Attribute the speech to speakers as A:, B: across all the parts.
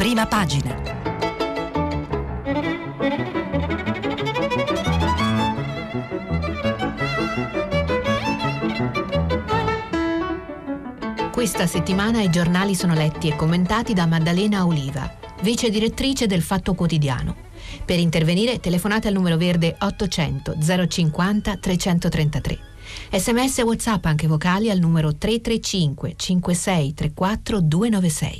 A: Prima Pagina.
B: Questa settimana i giornali sono letti e commentati da Maddalena Oliva, vice direttrice del Fatto Quotidiano. Per intervenire telefonate al numero verde 800 050 333. SMS e WhatsApp anche vocali al numero 335 56 34 296.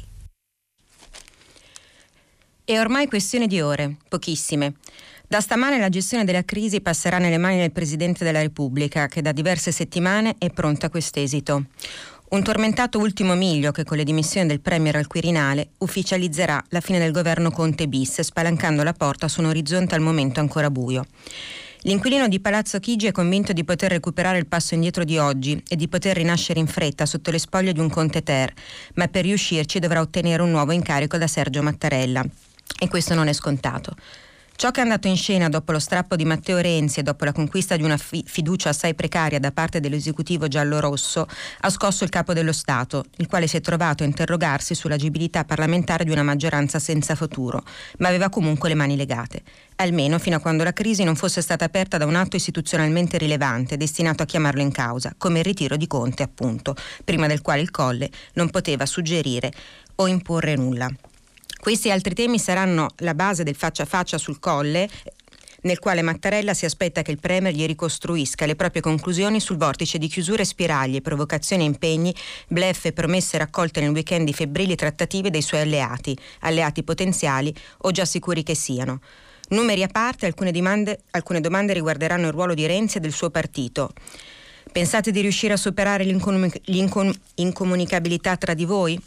C: È ormai questione di ore, pochissime. Da stamane la gestione della crisi passerà nelle mani del Presidente della Repubblica, che da diverse settimane è pronta a quest'esito. Un tormentato ultimo miglio che con le dimissioni del Premier al Quirinale ufficializzerà la fine del governo Conte bis, spalancando la porta su un orizzonte al momento ancora buio. L'inquilino di Palazzo Chigi è convinto di poter recuperare il passo indietro di oggi e di poter rinascere in fretta sotto le spoglie di un Conte Ter, ma per riuscirci dovrà ottenere un nuovo incarico da Sergio Mattarella. E questo non è scontato. Ciò che è andato in scena dopo lo strappo di Matteo Renzi e dopo la conquista di una fiducia assai precaria da parte dell'esecutivo giallo-rosso ha scosso il capo dello Stato, il quale si è trovato a interrogarsi sull'agibilità parlamentare di una maggioranza senza futuro, ma aveva comunque le mani legate, almeno fino a quando la crisi non fosse stata aperta da un atto istituzionalmente rilevante destinato a chiamarlo in causa, come il ritiro di Conte, appunto, prima del quale il Colle non poteva suggerire o imporre nulla. Questi altri temi saranno la base del faccia a faccia sul Colle, nel quale Mattarella si aspetta che il Premier gli ricostruisca le proprie conclusioni sul vortice di chiusure, spiragli, provocazioni e impegni, bluff e promesse raccolte nel weekend di febbrili trattative dei suoi alleati potenziali o già sicuri che siano. Numeri a parte, alcune domande riguarderanno il ruolo di Renzi e del suo partito. Pensate di riuscire a superare l'incomunicabilità tra di voi?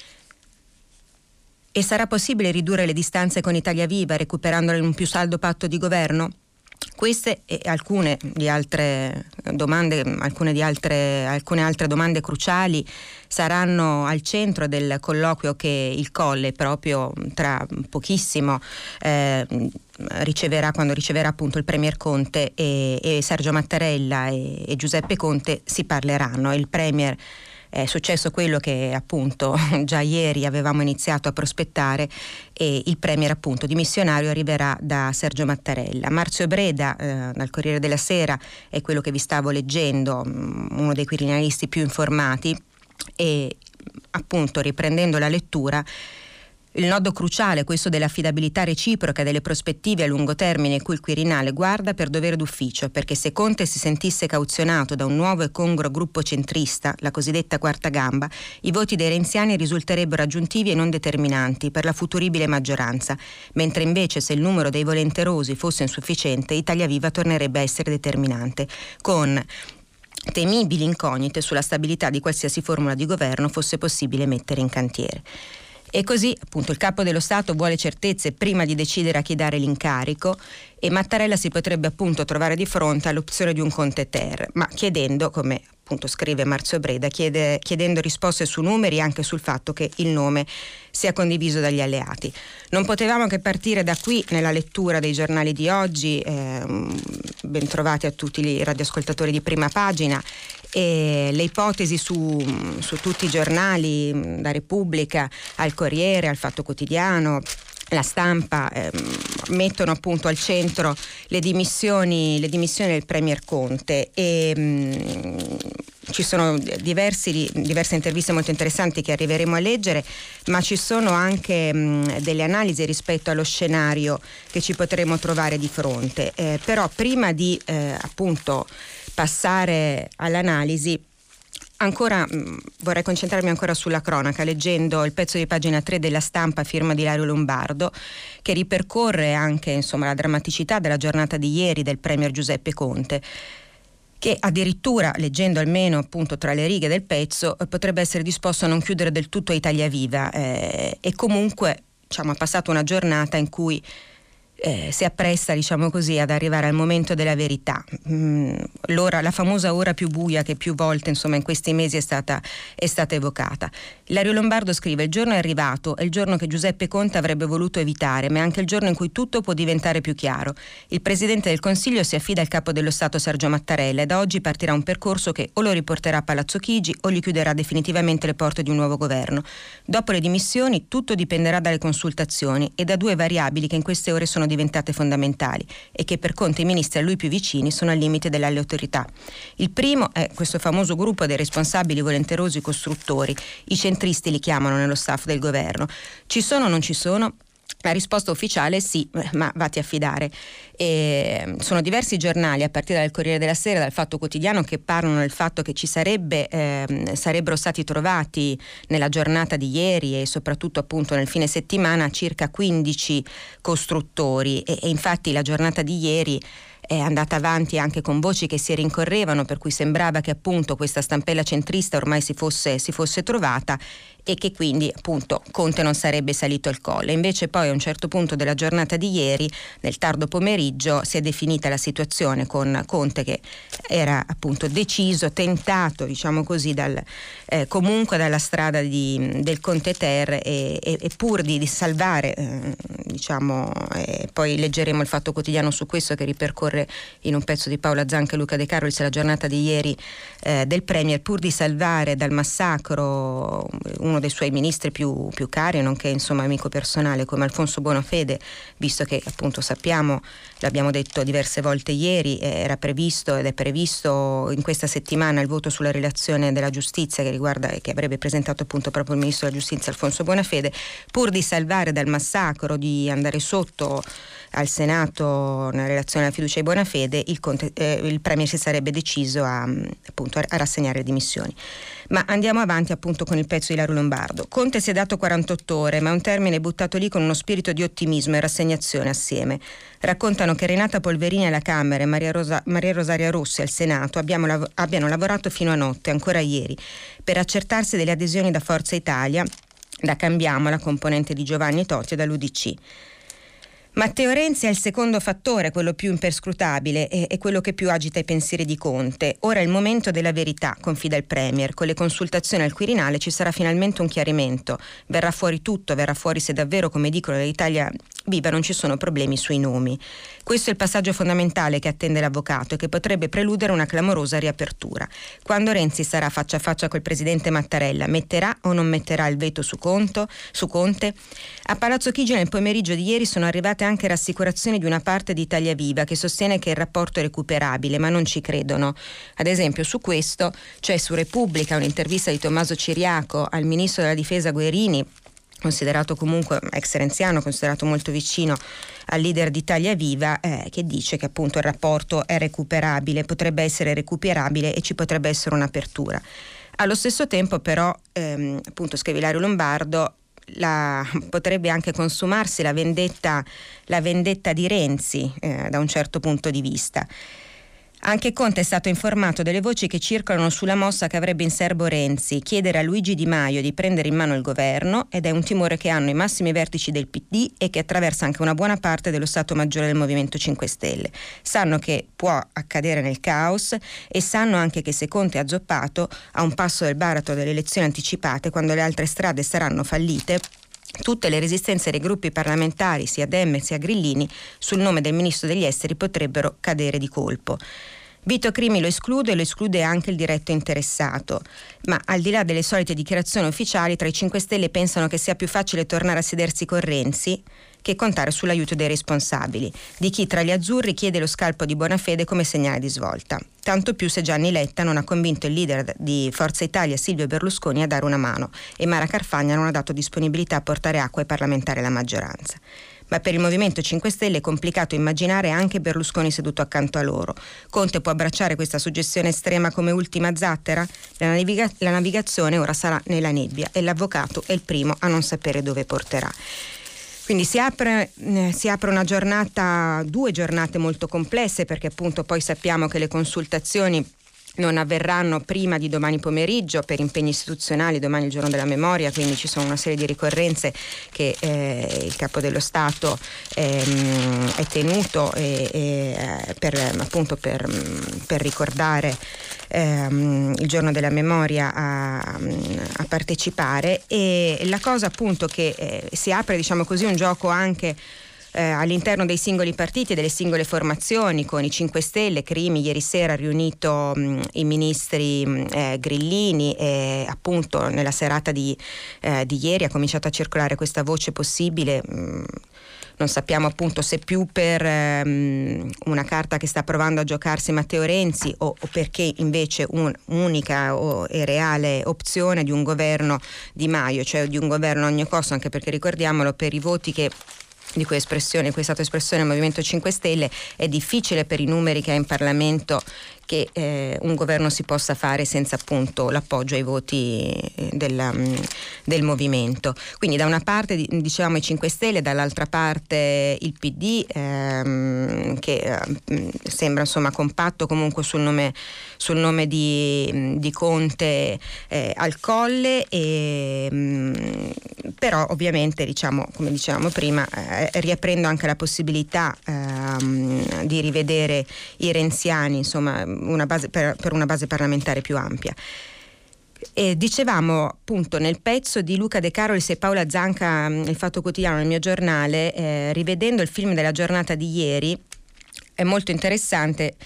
C: E sarà possibile ridurre le distanze con Italia Viva recuperandola in un più saldo patto di governo? Queste e alcune altre domande cruciali saranno al centro del colloquio che il Colle proprio tra pochissimo riceverà, quando riceverà appunto il Premier Conte e Sergio Mattarella e Giuseppe Conte si parleranno. Il Premier è successo quello che appunto già ieri avevamo iniziato a prospettare e il Premier appunto dimissionario arriverà da Sergio Mattarella. Marzio Breda dal Corriere della Sera è quello che vi stavo leggendo, uno dei quirinalisti più informati, e appunto riprendendo la lettura, il nodo cruciale, questo dell'affidabilità reciproca delle prospettive a lungo termine cui il Quirinale guarda per dovere d'ufficio, perché se Conte si sentisse cauzionato da un nuovo e congruo gruppo centrista, la cosiddetta quarta gamba, i voti dei renziani risulterebbero aggiuntivi e non determinanti per la futuribile maggioranza, mentre invece se il numero dei volenterosi fosse insufficiente, Italia Viva tornerebbe a essere determinante, con temibili incognite sulla stabilità di qualsiasi formula di governo fosse possibile mettere in cantiere. E così appunto il capo dello Stato vuole certezze prima di decidere a chi dare l'incarico e Mattarella si potrebbe appunto trovare di fronte all'opzione di un Conte Ter, ma chiedendo, come appunto scrive Marzio Breda, chiedendo risposte su numeri e anche sul fatto che il nome sia condiviso dagli alleati. Non potevamo che partire da qui nella lettura dei giornali di oggi, ben trovati a tutti i radioascoltatori di Prima Pagina. E le ipotesi su tutti i giornali, da Repubblica al Corriere, al Fatto Quotidiano, La Stampa, mettono appunto al centro le dimissioni del Premier Conte e ci sono diverse interviste molto interessanti che arriveremo a leggere, ma ci sono anche delle analisi rispetto allo scenario che ci potremo trovare di fronte. Però prima di appunto passare all'analisi, ancora vorrei concentrarmi ancora sulla cronaca, leggendo il pezzo di pagina 3 della Stampa firma di Ilario Lombardo, che ripercorre anche insomma la drammaticità della giornata di ieri del Premier Giuseppe Conte, che addirittura, leggendo almeno appunto tra le righe del pezzo, potrebbe essere disposto a non chiudere del tutto Italia Viva e comunque diciamo ha passato una giornata in cui si appresta, diciamo così, ad arrivare al momento della verità. La famosa ora più buia che più volte, insomma, in questi mesi è stata evocata. Ilario Lombardo scrive: il giorno è arrivato, è il giorno che Giuseppe Conte avrebbe voluto evitare, ma è anche il giorno in cui tutto può diventare più chiaro. Il Presidente del Consiglio si affida al Capo dello Stato Sergio Mattarella e da oggi partirà un percorso che o lo riporterà a Palazzo Chigi o gli chiuderà definitivamente le porte di un nuovo governo. Dopo le dimissioni tutto dipenderà dalle consultazioni e da due variabili che in queste ore sono diventate fondamentali e che per Conte i ministri a lui più vicini sono al limite delle autorità. Il primo è questo famoso gruppo dei responsabili volenterosi costruttori. I centristi li chiamano nello staff del governo. Ci sono o non ci sono? La risposta ufficiale è sì, ma vatti a fidare. Sono diversi giornali, a partire dal Corriere della Sera, dal Fatto Quotidiano, che parlano del fatto che ci sarebbero stati trovati nella giornata di ieri e soprattutto appunto nel fine settimana circa 15 costruttori e infatti la giornata di ieri è andata avanti anche con voci che si rincorrevano, per cui sembrava che appunto questa stampella centrista ormai si fosse trovata e che quindi appunto Conte non sarebbe salito al colle. Invece poi a un certo punto della giornata di ieri, nel tardo pomeriggio, si è definita la situazione con Conte che era appunto deciso, tentato, diciamo così, comunque dalla strada del Conte Ter e pur di salvare, poi leggeremo il Fatto Quotidiano su questo che ripercorre in un pezzo di Paola Zanca e Luca De Carolis la giornata di ieri del Premier, pur di salvare dal massacro uno dei suoi ministri più cari, nonché insomma amico personale come Alfonso Bonafede, visto che appunto sappiamo, l'abbiamo detto diverse volte ieri, era previsto ed è previsto in questa settimana il voto sulla relazione della giustizia che avrebbe presentato appunto proprio il ministro della giustizia Alfonso Bonafede, pur di salvare dal massacro, di andare sotto al Senato nella relazione alla fiducia di Bonafede, il Premier si sarebbe deciso a rassegnare le dimissioni. Ma andiamo avanti appunto con il pezzo di Ilario Lombardo. Conte si è dato 48 ore, ma è un termine buttato lì con uno spirito di ottimismo e rassegnazione assieme. Raccontano che Renata Polverini alla Camera e Maria Rosaria Rossi al Senato abbiano lavorato fino a notte, ancora ieri, per accertarsi delle adesioni da Forza Italia, da Cambiamo, la componente di Giovanni Toti, e dall'UDC. Matteo Renzi è il secondo fattore, quello più imperscrutabile e quello che più agita i pensieri di Conte. Ora è il momento della verità, confida il Premier. Con le consultazioni al Quirinale ci sarà finalmente un chiarimento. Verrà fuori tutto, verrà fuori se davvero, come dicono l'Italia Viva, non ci sono problemi sui nomi. Questo è il passaggio fondamentale che attende l'avvocato e che potrebbe preludere una clamorosa riapertura. Quando Renzi sarà faccia a faccia col presidente Mattarella, metterà o non metterà il veto su Conte? A Palazzo Chigi nel pomeriggio di ieri sono arrivate anche rassicurazioni di una parte di Italia Viva che sostiene che il rapporto è recuperabile, ma non ci credono. Ad esempio su questo c'è su Repubblica un'intervista di Tommaso Ciriaco al ministro della difesa Guerini, considerato comunque ex renziano, considerato molto vicino al leader di Italia Viva, che dice che appunto il rapporto è recuperabile, potrebbe essere recuperabile e ci potrebbe essere un'apertura. Allo stesso tempo però, appunto scrive Ilario Lombardo, potrebbe anche consumarsi la vendetta di Renzi da un certo punto di vista. Anche Conte è stato informato delle voci che circolano sulla mossa che avrebbe in serbo Renzi, chiedere a Luigi Di Maio di prendere in mano il governo, ed è un timore che hanno i massimi vertici del PD e che attraversa anche una buona parte dello Stato Maggiore del Movimento 5 Stelle. Sanno che può accadere nel caos e sanno anche che se Conte è azzoppato a un passo del baratro delle elezioni anticipate, quando le altre strade saranno fallite, tutte le resistenze dei gruppi parlamentari, sia Dem sia Grillini, sul nome del ministro degli esteri potrebbero cadere di colpo. Vito Crimi lo esclude anche il diretto interessato, ma al di là delle solite dichiarazioni ufficiali, tra i 5 Stelle pensano che sia più facile tornare a sedersi con Renzi che contare sull'aiuto dei responsabili, di chi tra gli azzurri chiede lo scalpo di Bonafede come segnale di svolta. Tanto più se Gianni Letta non ha convinto il leader di Forza Italia Silvio Berlusconi a dare una mano e Mara Carfagna non ha dato disponibilità a portare acqua ai parlamentari alla maggioranza. Ma per il Movimento 5 Stelle è complicato immaginare anche Berlusconi seduto accanto a loro. Conte può abbracciare questa suggestione estrema come ultima zattera? La navigazione ora sarà nella nebbia e l'avvocato è il primo a non sapere dove porterà. Quindi si apre una giornata, 2 giornate molto complesse, perché appunto poi sappiamo che le consultazioni non avverranno prima di domani pomeriggio per impegni istituzionali. Domani è il giorno della memoria, quindi ci sono una serie di ricorrenze che il Capo dello Stato è tenuto per ricordare il giorno della memoria a partecipare. E la cosa appunto che si apre, diciamo così, un gioco anche all'interno dei singoli partiti e delle singole formazioni, con i 5 Stelle. Crimi ieri sera ha riunito i ministri grillini, e appunto nella serata di ieri ha cominciato a circolare questa voce possibile. Non sappiamo appunto se più per una carta che sta provando a giocarsi Matteo Renzi o perché invece un'unica e reale opzione di un governo Di Maio, cioè di un governo a ogni costo, anche perché ricordiamolo, per i voti di cui è stata espressione il Movimento 5 Stelle, è difficile per i numeri che ha in Parlamento che un governo si possa fare senza appunto l'appoggio ai voti del movimento. Quindi da una parte dicevamo i 5 Stelle, dall'altra parte il PD, che sembra insomma compatto comunque sul nome di Conte al Colle, però ovviamente, diciamo, come dicevamo prima, riaprendo anche la possibilità di rivedere i renziani, insomma per una base parlamentare più ampia. E dicevamo appunto nel pezzo di Luca De Carolis e Paola Zanca, Il Fatto Quotidiano, nel mio giornale, rivedendo il film della giornata di ieri, è molto interessante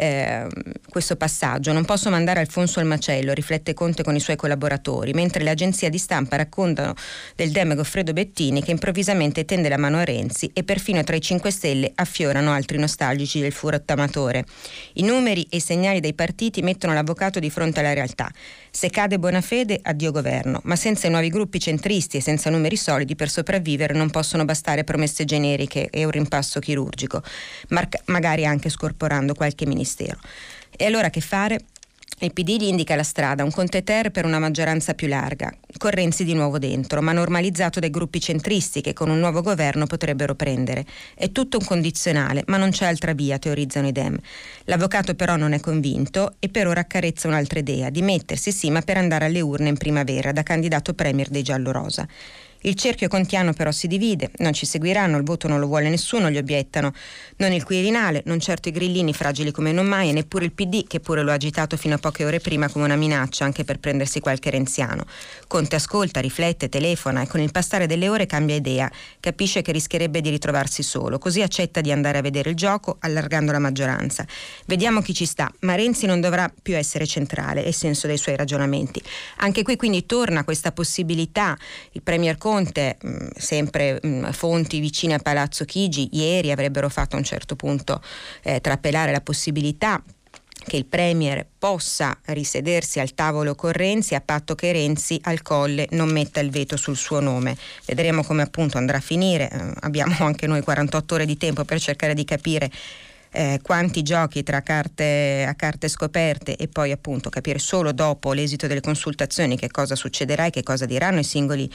C: questo passaggio. Non posso mandare Alfonso al macello, riflette Conte con i suoi collaboratori, mentre le agenzie di stampa raccontano del demago Goffredo Bettini che improvvisamente tende la mano a Renzi, e perfino tra i 5 Stelle affiorano altri nostalgici del fu rottamatore. I numeri e i segnali dei partiti mettono l'avvocato di fronte alla realtà. Se cade Bonafede, addio governo, ma senza i nuovi gruppi centristi e senza numeri solidi per sopravvivere non possono bastare promesse generiche e un rimpasso chirurgico, magari anche scorporando qualche ministero. E allora che fare? Il PD gli indica la strada, un Conte-ter per una maggioranza più larga, con Renzi di nuovo dentro, ma normalizzato dai gruppi centristi che con un nuovo governo potrebbero prendere. È tutto un condizionale, ma non c'è altra via, teorizzano i Dem. L'avvocato però non è convinto e per ora accarezza un'altra idea, di mettersi sì, ma per andare alle urne in primavera da candidato premier dei giallorosa. Il cerchio contiano però si divide, non ci seguiranno, il voto non lo vuole nessuno, gli obiettano. Non il Quirinale, non certo i grillini fragili come non mai, e neppure il PD, che pure lo ha agitato fino a poche ore prima come una minaccia, anche per prendersi qualche renziano. Conte ascolta, riflette, telefona e con il passare delle ore cambia idea, capisce che rischierebbe di ritrovarsi solo, così accetta di andare a vedere il gioco, allargando la maggioranza. Vediamo chi ci sta, ma Renzi non dovrà più essere centrale, è il senso dei suoi ragionamenti. Anche qui quindi torna questa possibilità. Il premier Conte, sempre fonti vicine a Palazzo Chigi, ieri avrebbero fatto a un certo punto trapelare la possibilità che il premier possa risedersi al tavolo con Renzi a patto che Renzi al Colle non metta il veto sul suo nome. Vedremo come appunto andrà a finire. Abbiamo anche noi 48 ore di tempo per cercare di capire quanti giochi tra carte scoperte, e poi appunto capire solo dopo l'esito delle consultazioni che cosa succederà e che cosa diranno i singoli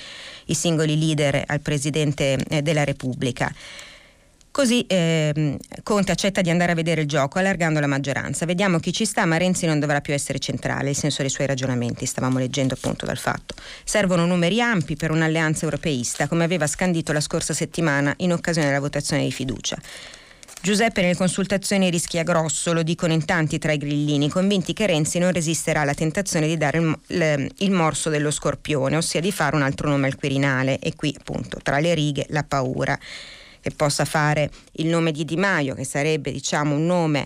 C: leader al Presidente della Repubblica. Così Conte accetta di andare a vedere il gioco allargando la maggioranza. Vediamo chi ci sta, ma Renzi non dovrà più essere centrale, il senso dei suoi ragionamenti, stavamo leggendo appunto dal Fatto. Servono numeri ampi per un'alleanza europeista, come aveva scandito la scorsa settimana in occasione della votazione di fiducia. Giuseppe nelle consultazioni rischia grosso, lo dicono in tanti tra i grillini, convinti che Renzi non resisterà alla tentazione di dare il morso dello scorpione, ossia di fare un altro nome al Quirinale, e qui appunto tra le righe la paura che possa fare il nome di Di Maio, che sarebbe diciamo un nome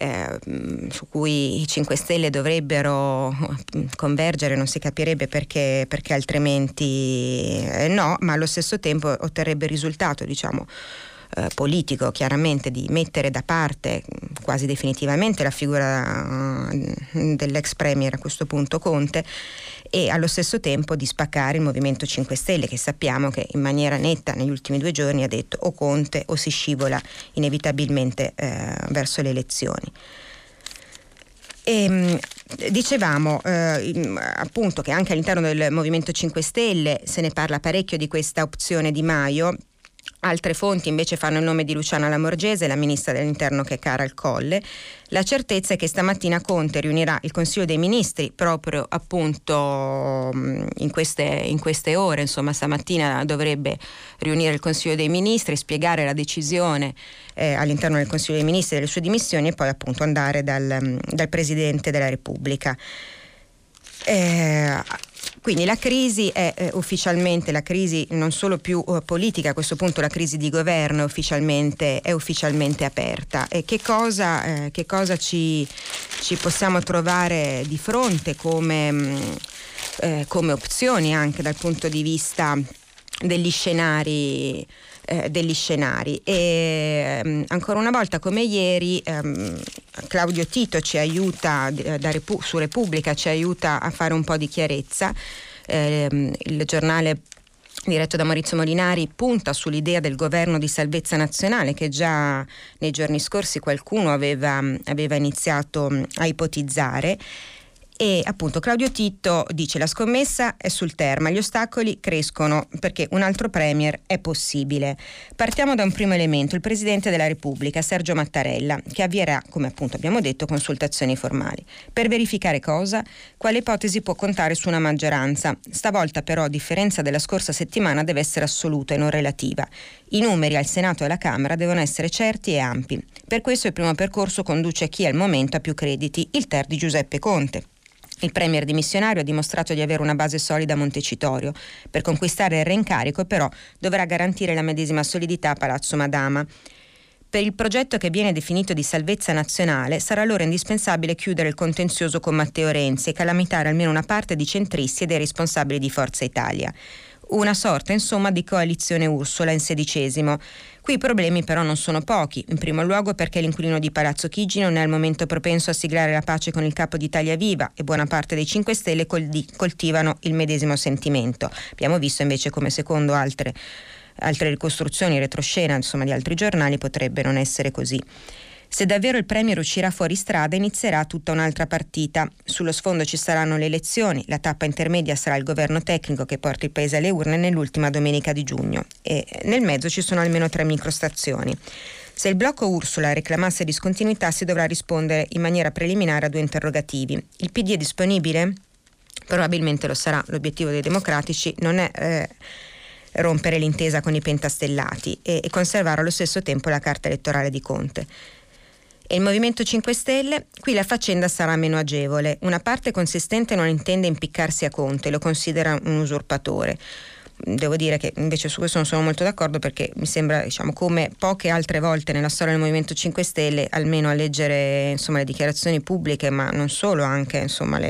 C: su cui i 5 Stelle dovrebbero convergere, non si capirebbe perché altrimenti no, ma allo stesso tempo otterrebbe il risultato diciamo politico chiaramente di mettere da parte quasi definitivamente la figura dell'ex premier a questo punto Conte, e allo stesso tempo di spaccare il Movimento 5 Stelle, che sappiamo che in maniera netta negli ultimi 2 giorni ha detto o Conte o si scivola inevitabilmente verso le elezioni. E dicevamo appunto che anche all'interno del Movimento 5 Stelle se ne parla parecchio di questa opzione Di Maio. Altre fonti invece fanno il nome di Luciana Lamorgese, la ministra dell'Interno che è cara al Colle. La certezza è che stamattina Conte riunirà il Consiglio dei Ministri proprio appunto in queste ore, insomma stamattina dovrebbe riunire il Consiglio dei Ministri, spiegare la decisione all'interno del Consiglio dei Ministri delle sue dimissioni e poi appunto andare dal Presidente della Repubblica. Quindi la crisi è ufficialmente, la crisi non solo più politica, a questo punto la crisi di governo è ufficialmente aperta. E che cosa ci possiamo trovare di fronte come opzioni anche dal punto di vista degli scenari. E ancora una volta come ieri Claudio Tito ci aiuta su Repubblica, ci aiuta a fare un po' di chiarezza. Il giornale diretto da Maurizio Molinari punta sull'idea del governo di salvezza nazionale che già nei giorni scorsi qualcuno aveva iniziato a ipotizzare. E appunto Claudio Tito dice: la scommessa è sul Terma, gli ostacoli crescono perché un altro premier è possibile. Partiamo da un primo elemento, il Presidente della Repubblica Sergio Mattarella, che avvierà, come appunto abbiamo detto, consultazioni formali. Per verificare cosa? Quale ipotesi può contare su una maggioranza? Stavolta però, a differenza della scorsa settimana, deve essere assoluta e non relativa. I numeri al Senato e alla Camera devono essere certi e ampi. Per questo il primo percorso conduce a chi al momento ha più crediti, il TER di Giuseppe Conte. Il premier dimissionario ha dimostrato di avere una base solida a Montecitorio. Per conquistare il reincarico, però, dovrà garantire la medesima solidità a Palazzo Madama. Per il progetto che viene definito di salvezza nazionale sarà allora indispensabile chiudere il contenzioso con Matteo Renzi e calamitare almeno una parte di centristi e dei responsabili di Forza Italia. Una sorta, insomma, di coalizione Ursula in 16°. Qui i problemi però non sono pochi, in primo luogo perché l'inquilino di Palazzo Chigi non è al momento propenso a siglare la pace con il capo di Italia Viva e buona parte dei 5 Stelle coltivano il medesimo sentimento. Abbiamo visto invece come secondo altre ricostruzioni retroscena, insomma, di altri giornali potrebbe non essere così. Se davvero il premier uscirà fuori strada, inizierà tutta un'altra partita. Sullo sfondo ci saranno le elezioni, la tappa intermedia sarà il governo tecnico che porta il paese alle urne nell'ultima domenica di giugno e nel mezzo ci sono almeno 3 microstazioni. Se il blocco Ursula reclamasse discontinuità si dovrà rispondere in maniera preliminare a 2 interrogativi. Il PD è disponibile? Probabilmente lo sarà. L'obiettivo dei democratici non è rompere l'intesa con i pentastellati e conservare allo stesso tempo la carta elettorale di Conte. E il Movimento 5 Stelle? Qui la faccenda sarà meno agevole. Una parte consistente non intende impiccarsi a Conte, lo considera un usurpatore. Devo dire che invece su questo non sono molto d'accordo perché mi sembra, come poche altre volte nella storia del Movimento 5 Stelle, almeno a leggere le dichiarazioni pubbliche, ma non solo, anche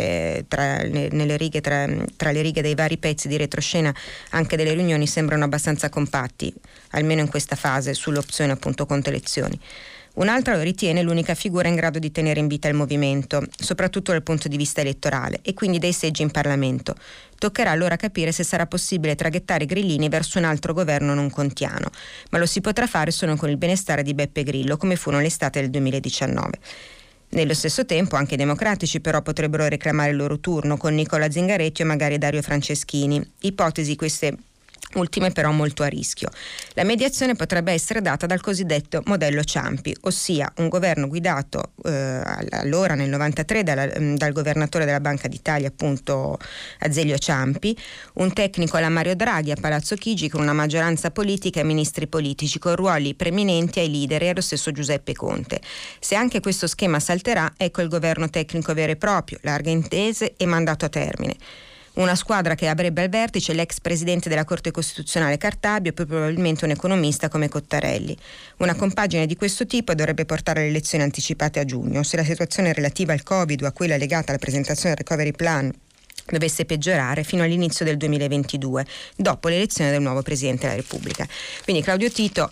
C: tra le righe dei vari pezzi di retroscena, anche delle riunioni sembrano abbastanza compatti, almeno in questa fase, sull'opzione appunto Conte elezioni. Un'altra lo ritiene l'unica figura in grado di tenere in vita il movimento, soprattutto dal punto di vista elettorale, e quindi dei seggi in Parlamento. Toccherà allora capire se sarà possibile traghettare i grillini verso un altro governo non contiano, ma lo si potrà fare solo con il benestare di Beppe Grillo, come fu nell'estate del 2019. Nello stesso tempo anche i democratici però potrebbero reclamare il loro turno con Nicola Zingaretti o magari Dario Franceschini. Ipotesi queste ultime però molto a rischio. La mediazione potrebbe essere data dal cosiddetto modello Ciampi, ossia un governo guidato allora nel 93 dal governatore della Banca d'Italia appunto Azeglio Ciampi, un tecnico alla Mario Draghi a Palazzo Chigi con una maggioranza politica e ministri politici con ruoli preminenti ai leader e allo stesso Giuseppe Conte. Se anche questo schema salterà, ecco il governo tecnico vero e proprio, larghe intese e mandato a termine. Una squadra che avrebbe al vertice l'ex presidente della Corte Costituzionale Cartabia e poi probabilmente un economista come Cottarelli. Una compagine di questo tipo dovrebbe portare alle elezioni anticipate a giugno. Se la situazione relativa al Covid o a quella legata alla presentazione del recovery plan dovesse peggiorare fino all'inizio del 2022, dopo l'elezione del nuovo Presidente della Repubblica. Quindi Claudio Tito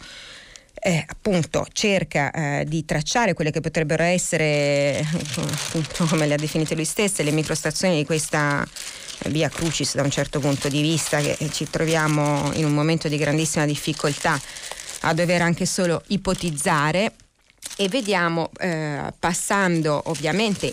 C: appunto cerca di tracciare quelle che potrebbero essere, appunto, come le ha definite lui stessa, le microstazioni di questa via crucis da un certo punto di vista, che ci troviamo in un momento di grandissima difficoltà a dover anche solo ipotizzare. E vediamo, passando ovviamente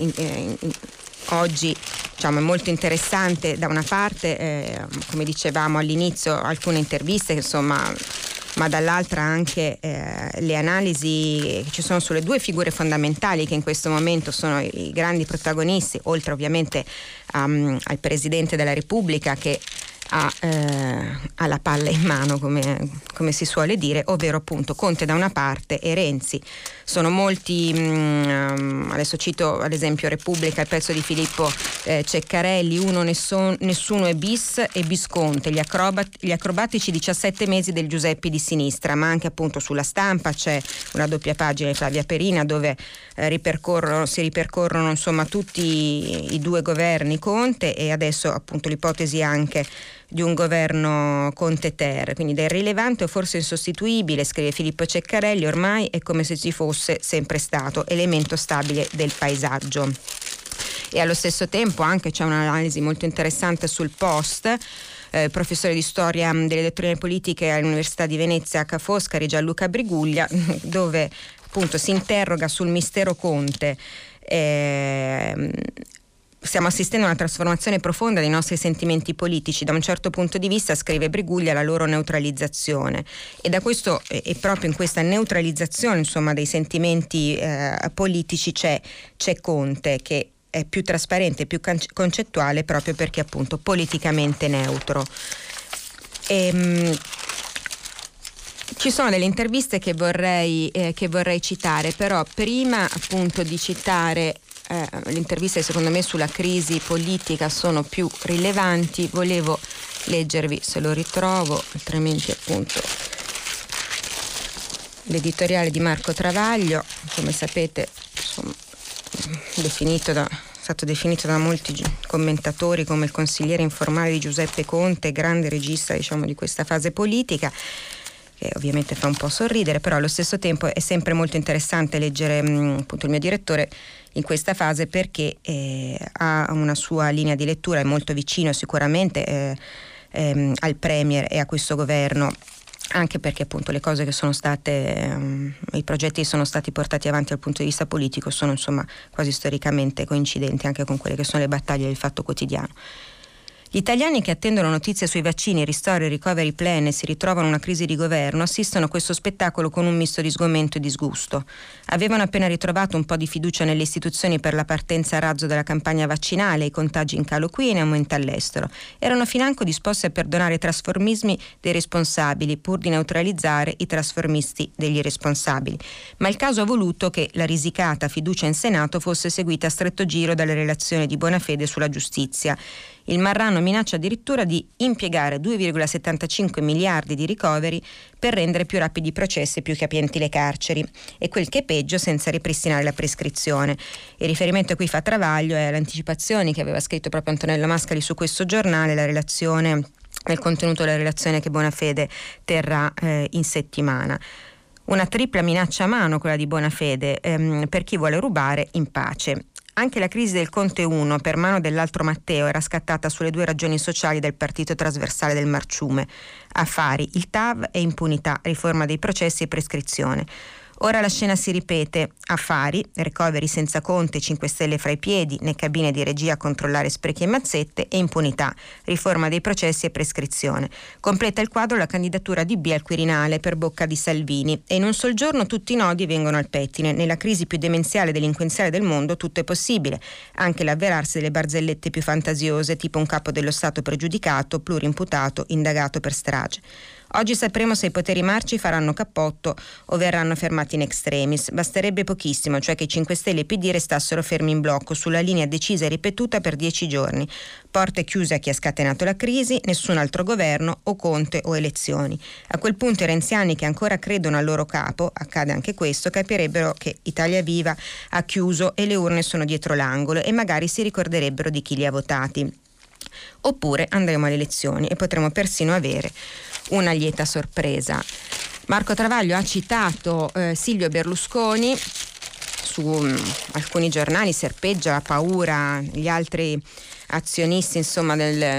C: oggi è molto interessante da una parte, come dicevamo all'inizio, alcune interviste che ma dall'altra anche le analisi che ci sono sulle due figure fondamentali che in questo momento sono i grandi protagonisti, oltre ovviamente al Presidente della Repubblica che ha la palla in mano, come si suole dire, ovvero appunto Conte da una parte e Renzi. Sono molti, adesso cito ad esempio Repubblica, il pezzo di Filippo Ceccarelli, nessuno è bis e Bisconte, gli acrobatici 17 mesi del Giuseppi di sinistra, ma anche appunto sulla Stampa c'è una doppia pagina di Flavia Perina dove si ripercorrono insomma tutti i due governi Conte e adesso appunto l'ipotesi anche di un governo Conte-Ter, quindi da irrilevante o forse insostituibile, scrive Filippo Ceccarelli, ormai è come se ci fosse sempre stato elemento stabile del paesaggio. E allo stesso tempo anche c'è un'analisi molto interessante sul Post, professore di storia delle dottrine politiche all'Università di Venezia Ca' Foscari, Gianluca Briguglia, dove appunto si interroga sul mistero Conte. Stiamo assistendo a una trasformazione profonda dei nostri sentimenti politici, da un certo punto di vista, scrive Briguglia, la loro neutralizzazione, e da questo e proprio in questa neutralizzazione insomma dei sentimenti politici c'è Conte, che è più trasparente, più concettuale, proprio perché appunto politicamente neutro. Ci sono delle interviste che vorrei citare, però prima appunto di citare le interviste secondo me sulla crisi politica sono più rilevanti, volevo leggervi, se lo ritrovo, altrimenti appunto l'editoriale di Marco Travaglio, come sapete insomma, stato definito da molti commentatori come il consigliere informale di Giuseppe Conte, grande regista diciamo di questa fase politica, che ovviamente fa un po' sorridere, però allo stesso tempo è sempre molto interessante leggere appunto il mio direttore in questa fase, perché ha una sua linea di lettura, è molto vicino sicuramente al Premier e a questo governo, anche perché appunto le cose che sono state, i progetti che sono stati portati avanti dal punto di vista politico sono insomma quasi storicamente coincidenti anche con quelle che sono le battaglie del Fatto Quotidiano. Gli italiani che attendono notizie sui vaccini, ristori, recovery plan e si ritrovano una crisi di governo assistono a questo spettacolo con un misto di sgomento e disgusto. Avevano appena ritrovato un po' di fiducia nelle istituzioni per la partenza a razzo della campagna vaccinale, i contagi in calo qui e in aumento all'estero. Erano financo disposti a perdonare i trasformismi dei responsabili pur di neutralizzare i trasformisti degli irresponsabili. Ma il caso ha voluto che la risicata fiducia in Senato fosse seguita a stretto giro dalle relazioni di Bonafede sulla giustizia. Il Marrano minaccia addirittura di impiegare 2,75 miliardi di ricoveri per rendere più rapidi i processi e più capienti le carceri, e quel che è peggio senza ripristinare la prescrizione. Il riferimento a cui fa Travaglio è alle anticipazioni che aveva scritto proprio Antonello Mascali su questo giornale, nel contenuto della relazione che Bonafede terrà in settimana. Una tripla minaccia a mano quella di Bonafede per chi vuole rubare in pace. Anche la crisi del Conte 1 per mano dell'altro Matteo era scattata sulle due ragioni sociali del partito trasversale del Marciume: affari, il TAV, e impunità, riforma dei processi e prescrizione. Ora la scena si ripete: affari, recovery senza Conte, 5 Stelle fra i piedi, né cabine di regia a controllare sprechi e mazzette, e impunità, riforma dei processi e prescrizione. Completa il quadro la candidatura di B al Quirinale per bocca di Salvini, e in un sol giorno tutti i nodi vengono al pettine. Nella crisi più demenziale e delinquenziale del mondo tutto è possibile, anche l'avverarsi delle barzellette più fantasiose, tipo un capo dello Stato pregiudicato, plurimputato, indagato per strage. Oggi sapremo se i poteri marci faranno cappotto o verranno fermati in extremis. Basterebbe pochissimo, cioè che i 5 Stelle e PD restassero fermi in blocco sulla linea decisa e ripetuta per 10 giorni. Porte chiuse a chi ha scatenato la crisi, nessun altro governo, o Conte o elezioni. A quel punto i renziani che ancora credono al loro capo, accade anche questo, capirebbero che Italia Viva ha chiuso e le urne sono dietro l'angolo, e magari si ricorderebbero di chi li ha votati. Oppure andremo alle elezioni e potremo persino avere una lieta sorpresa. Marco Travaglio ha citato Silvio Berlusconi, su alcuni giornali serpeggia la paura, gli altri azionisti insomma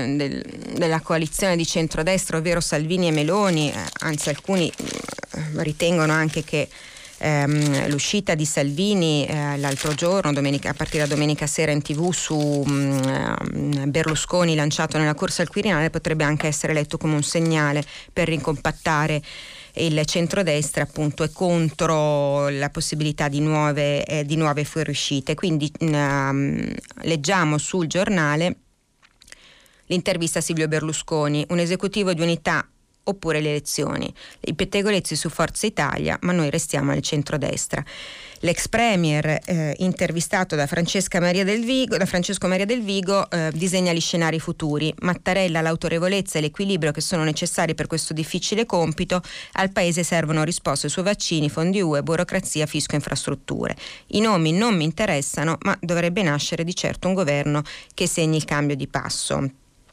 C: della coalizione di centrodestra, ovvero Salvini e Meloni, anzi alcuni ritengono anche che l'uscita di Salvini l'altro giorno, a partire da domenica sera in TV, su Berlusconi lanciato nella corsa al Quirinale, potrebbe anche essere letto come un segnale per ricompattare il centrodestra, appunto, è contro la possibilità di nuove fuoriuscite. Quindi leggiamo sul Giornale l'intervista a Silvio Berlusconi: un esecutivo di unità oppure le elezioni, i pettegolezzi su Forza Italia, ma noi restiamo al centrodestra. L'ex premier intervistato da Francesco Maria Del Vigo disegna gli scenari futuri. Mattarella, l'autorevolezza e l'equilibrio che sono necessari per questo difficile compito. Al paese servono risposte su vaccini, fondi UE, burocrazia, fisco e infrastrutture. I nomi non mi interessano, ma dovrebbe nascere di certo un governo che segni il cambio di passo.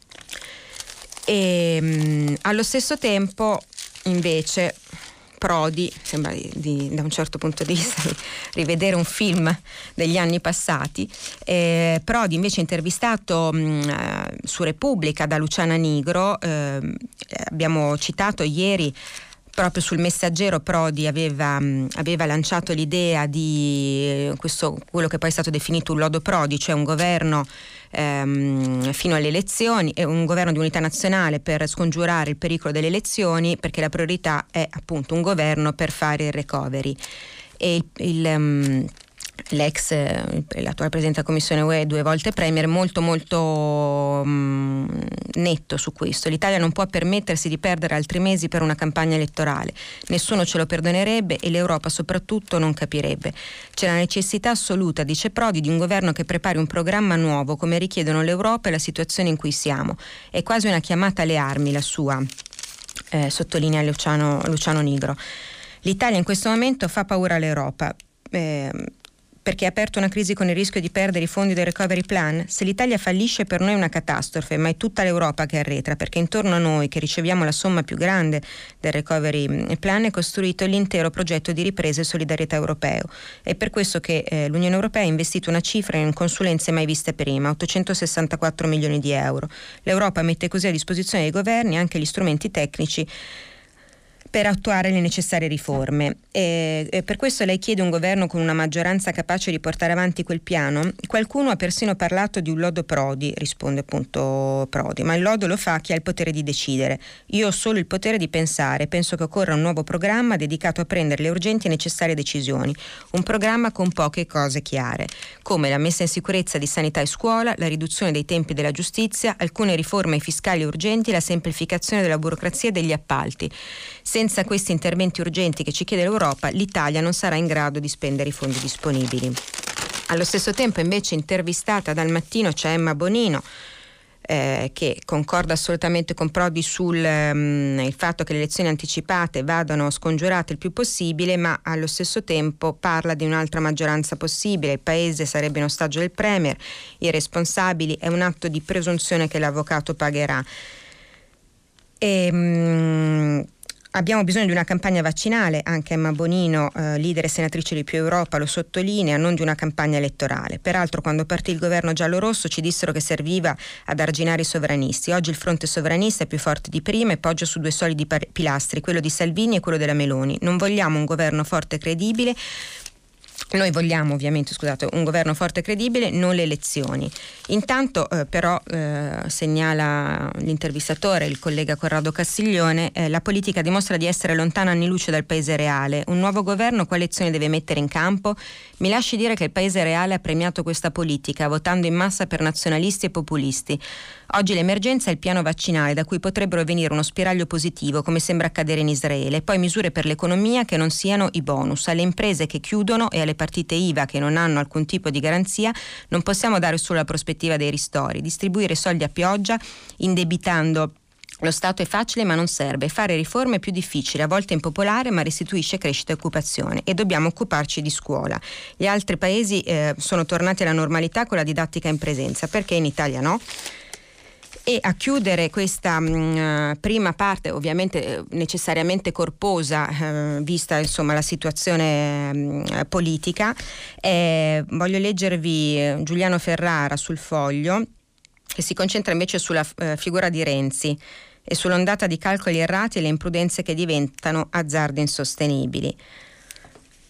C: E allo stesso tempo, invece, Prodi, sembra da un certo punto di vista di rivedere un film degli anni passati. Prodi invece intervistato su Repubblica da Luciana Nigro, abbiamo citato ieri. Proprio sul Messaggero Prodi aveva lanciato l'idea di quello che poi è stato definito un lodo Prodi, cioè un governo fino alle elezioni, e un governo di unità nazionale per scongiurare il pericolo delle elezioni, perché la priorità è appunto un governo per fare il recovery. E l'attuale presidente della Commissione UE, 2 volte premier, molto netto su questo. L'Italia non può permettersi di perdere altri mesi per una campagna elettorale, nessuno ce lo perdonerebbe e l'Europa soprattutto non capirebbe. C'è la necessità assoluta, dice Prodi, di un governo che prepari un programma nuovo come richiedono l'Europa e la situazione in cui siamo. È quasi una chiamata alle armi la sua, sottolinea Luciano Nigro. L'Italia in questo momento fa paura all'Europa, perché ha aperto una crisi con il rischio di perdere i fondi del recovery plan. Se l'Italia fallisce, per noi è una catastrofe, ma è tutta l'Europa che arretra, perché intorno a noi, che riceviamo la somma più grande del recovery plan, è costruito l'intero progetto di ripresa e solidarietà europeo. È per questo che l'Unione Europea ha investito una cifra in consulenze mai viste prima, 864 milioni di euro. L'Europa mette così a disposizione dei governi anche gli strumenti tecnici per attuare le necessarie riforme. E per questo lei chiede un governo con una maggioranza capace di portare avanti quel piano? Qualcuno ha persino parlato di un lodo Prodi, risponde appunto Prodi, ma il lodo lo fa chi ha il potere di decidere. Io ho solo il potere di pensare, penso che occorra un nuovo programma dedicato a prendere le urgenti e necessarie decisioni, un programma con poche cose chiare, come la messa in sicurezza di sanità e scuola, la riduzione dei tempi della giustizia, alcune riforme fiscali urgenti, la semplificazione della burocrazia e degli appalti. Senza questi interventi urgenti che ci chiede l'Europa, l'Italia non sarà in grado di spendere i fondi disponibili. Allo stesso tempo, invece, intervistata dal Mattino, c'è Emma Bonino, che concorda assolutamente con Prodi sul il fatto che le elezioni anticipate vadano scongiurate il più possibile, ma allo stesso tempo parla di un'altra maggioranza possibile. Il paese sarebbe in ostaggio del premier, i responsabili, è un atto di presunzione che l'avvocato pagherà. Abbiamo bisogno di una campagna vaccinale, anche Emma Bonino, leader e senatrice di Più Europa, lo sottolinea, non di una campagna elettorale. Peraltro, quando partì il governo giallo-rosso ci dissero che serviva ad arginare i sovranisti. Oggi il fronte sovranista è più forte di prima e poggia su 2 solidi pilastri, quello di Salvini e quello della Meloni. Non vogliamo un governo forte e credibile. Noi vogliamo ovviamente, un governo forte e credibile, non le elezioni. Intanto però segnala l'intervistatore, il collega Corrado Castiglione, la politica dimostra di essere lontana anni luce dal paese reale. Un nuovo governo quale azione deve mettere in campo? Mi lasci dire che il paese reale ha premiato questa politica, votando in massa per nazionalisti e populisti. Oggi l'emergenza è il piano vaccinale, da cui potrebbero venire uno spiraglio positivo, come sembra accadere in Israele, e poi misure per l'economia che non siano i bonus. Alle imprese che chiudono e alle partite IVA che non hanno alcun tipo di garanzia non possiamo dare solo la prospettiva dei ristori. Distribuire soldi a pioggia indebitando lo Stato è facile ma non serve. Fare riforme è più difficile, a volte impopolare, ma restituisce crescita e occupazione, e dobbiamo occuparci di scuola. Gli altri paesi sono tornati alla normalità con la didattica in presenza, perché in Italia no? E a chiudere questa prima parte, ovviamente necessariamente corposa, vista insomma la situazione politica, voglio leggervi Giuliano Ferrara sul Foglio, che si concentra invece sulla figura di Renzi e sull'ondata di calcoli errati e le imprudenze che diventano azzardi insostenibili.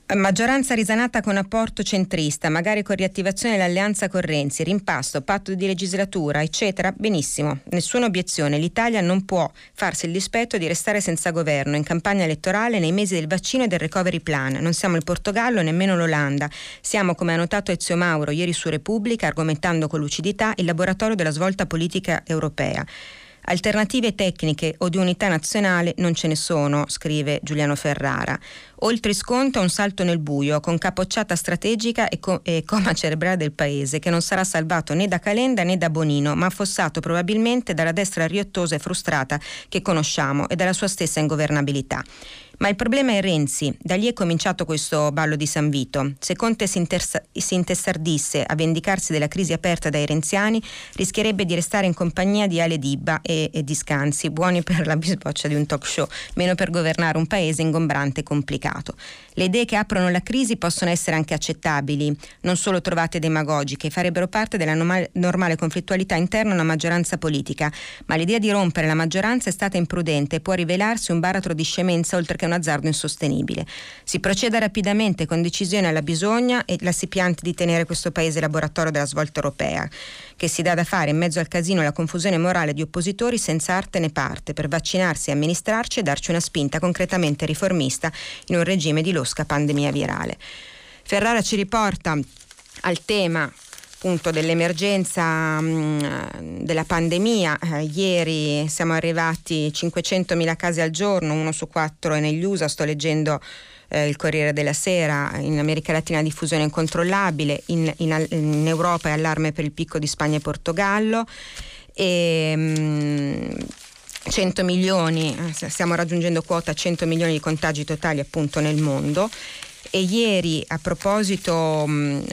C: Maggioranza risanata con apporto centrista, magari con riattivazione dell'alleanza con Renzi, rimpasto, patto di legislatura, eccetera. Benissimo, nessuna obiezione. L'Italia non può farsi il dispetto di restare senza governo in campagna elettorale nei mesi del vaccino e del recovery plan. Non siamo il Portogallo, nemmeno l'Olanda. Siamo, come ha notato Ezio Mauro ieri su Repubblica, argomentando con lucidità, il laboratorio della svolta politica europea. Alternative tecniche o di unità nazionale non ce ne sono, scrive Giuliano Ferrara. Oltre sconto a un salto nel buio, con capocciata strategica e coma cerebrale del paese, che non sarà salvato né da Calenda né da Bonino, ma affossato probabilmente dalla destra riottosa e frustrata che conosciamo e dalla sua stessa ingovernabilità. Ma il problema è Renzi. Da lì è cominciato questo ballo di San Vito. Se Conte si intestardisse a vendicarsi della crisi aperta dai renziani, rischierebbe di restare in compagnia di Ale Dibba e di Scanzi, buoni per la bisboccia di un talk show, meno per governare un paese ingombrante e complicato. Le idee che aprono la crisi possono essere anche accettabili, non solo trovate demagogiche, farebbero parte della normale conflittualità interna a una maggioranza politica, ma l'idea di rompere la maggioranza è stata imprudente e può rivelarsi un baratro di scemenza oltre che un azzardo insostenibile. Si proceda rapidamente con decisione alla bisogna e la si pianti di tenere questo paese laboratorio della svolta europea, che si dà da fare in mezzo al casino e alla confusione morale di oppositori senza arte né parte, per vaccinarsi, amministrarci e darci una spinta concretamente riformista in un regime di losca pandemia virale. Ferrara ci riporta al tema appunto dell'emergenza della pandemia. Ieri siamo arrivati a 500.000 casi al giorno, 1 su 4 è negli USA, sto leggendo il Corriere della Sera. In America Latina diffusione incontrollabile, in Europa è allarme per il picco di Spagna e Portogallo, e 100 milioni, stiamo raggiungendo quota 100 milioni di contagi totali appunto nel mondo. E ieri, a proposito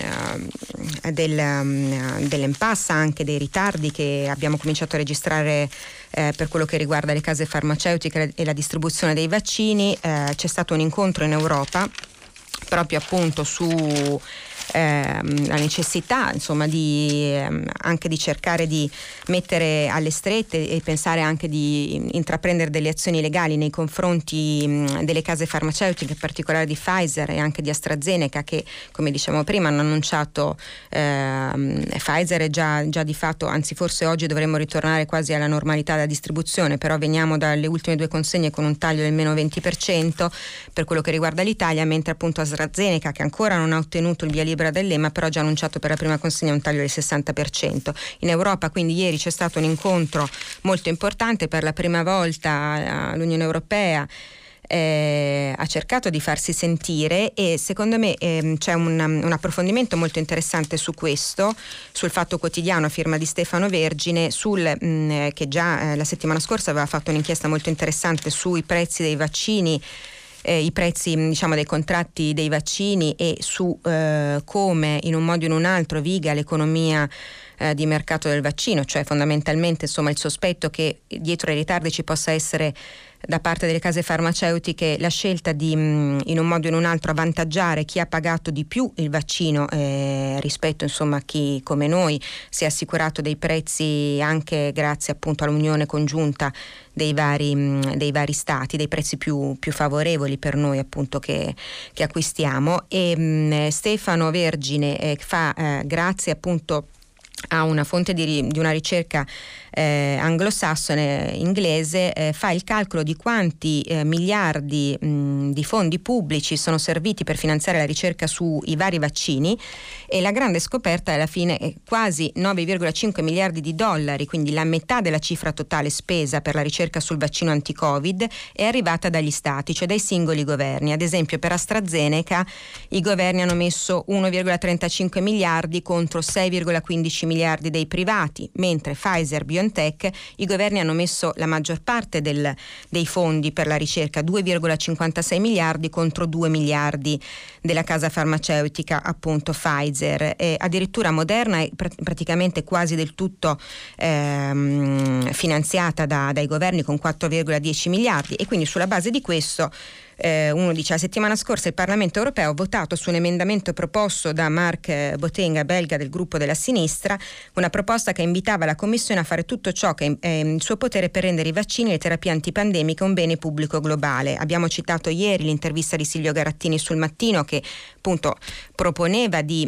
C: dell'impasse, anche dei ritardi che abbiamo cominciato a registrare per quello che riguarda le case farmaceutiche e la distribuzione dei vaccini, c'è stato un incontro in Europa proprio appunto su la necessità, insomma, di anche di cercare di mettere alle strette e pensare anche di intraprendere delle azioni legali nei confronti delle case farmaceutiche, in particolare di Pfizer e anche di AstraZeneca, che, come dicevamo prima, hanno annunciato Pfizer è già di fatto, anzi forse oggi dovremmo ritornare quasi alla normalità della distribuzione, però veniamo dalle ultime 2 consegne con un taglio del meno 20% per quello che riguarda l'Italia, mentre appunto AstraZeneca, che ancora non ha ottenuto il via libera dell'EMA, però ha già annunciato per la prima consegna un taglio del 60%. In Europa quindi ieri c'è stato un incontro molto importante. Per la prima volta l'Unione Europea ha cercato di farsi sentire, e secondo me c'è un approfondimento molto interessante su questo, sul Fatto Quotidiano a firma di Stefano Vergine, che già la settimana scorsa aveva fatto un'inchiesta molto interessante sui prezzi dei vaccini, i prezzi, diciamo, dei contratti dei vaccini, e su come in un modo o in un altro viga l'economia di mercato del vaccino, cioè fondamentalmente, insomma, il sospetto che dietro ai ritardi ci possa essere da parte delle case farmaceutiche la scelta di in un modo o in un altro avvantaggiare chi ha pagato di più il vaccino rispetto, insomma, a chi come noi si è assicurato dei prezzi anche grazie appunto all'unione congiunta dei vari stati, dei prezzi più favorevoli per noi appunto che acquistiamo. E Stefano Vergine fa grazie appunto a una fonte di una ricerca anglosassone inglese, fa il calcolo di quanti miliardi di fondi pubblici sono serviti per finanziare la ricerca sui vari vaccini, e la grande scoperta alla fine è quasi 9,5 miliardi di dollari, quindi la metà della cifra totale spesa per la ricerca sul vaccino anti-Covid è arrivata dagli stati, cioè dai singoli governi. Ad esempio per AstraZeneca i governi hanno messo 1,35 miliardi contro 6,15 miliardi dei privati, mentre Pfizer BioNTech i governi hanno messo la maggior parte dei fondi per la ricerca, 2,56 miliardi contro 2 miliardi della casa farmaceutica appunto Pfizer. E addirittura Moderna è praticamente quasi del tutto finanziata dai governi con 4,10 miliardi, e quindi sulla base di questo Uno dice: la settimana scorsa il Parlamento europeo ha votato su un emendamento proposto da Mark Botenga, belga del gruppo della sinistra, una proposta che invitava la Commissione a fare tutto ciò che è in suo potere per rendere i vaccini e le terapie antipandemiche un bene pubblico globale. Abbiamo citato ieri l'intervista di Silvio Garattini sul Mattino, che appunto proponeva di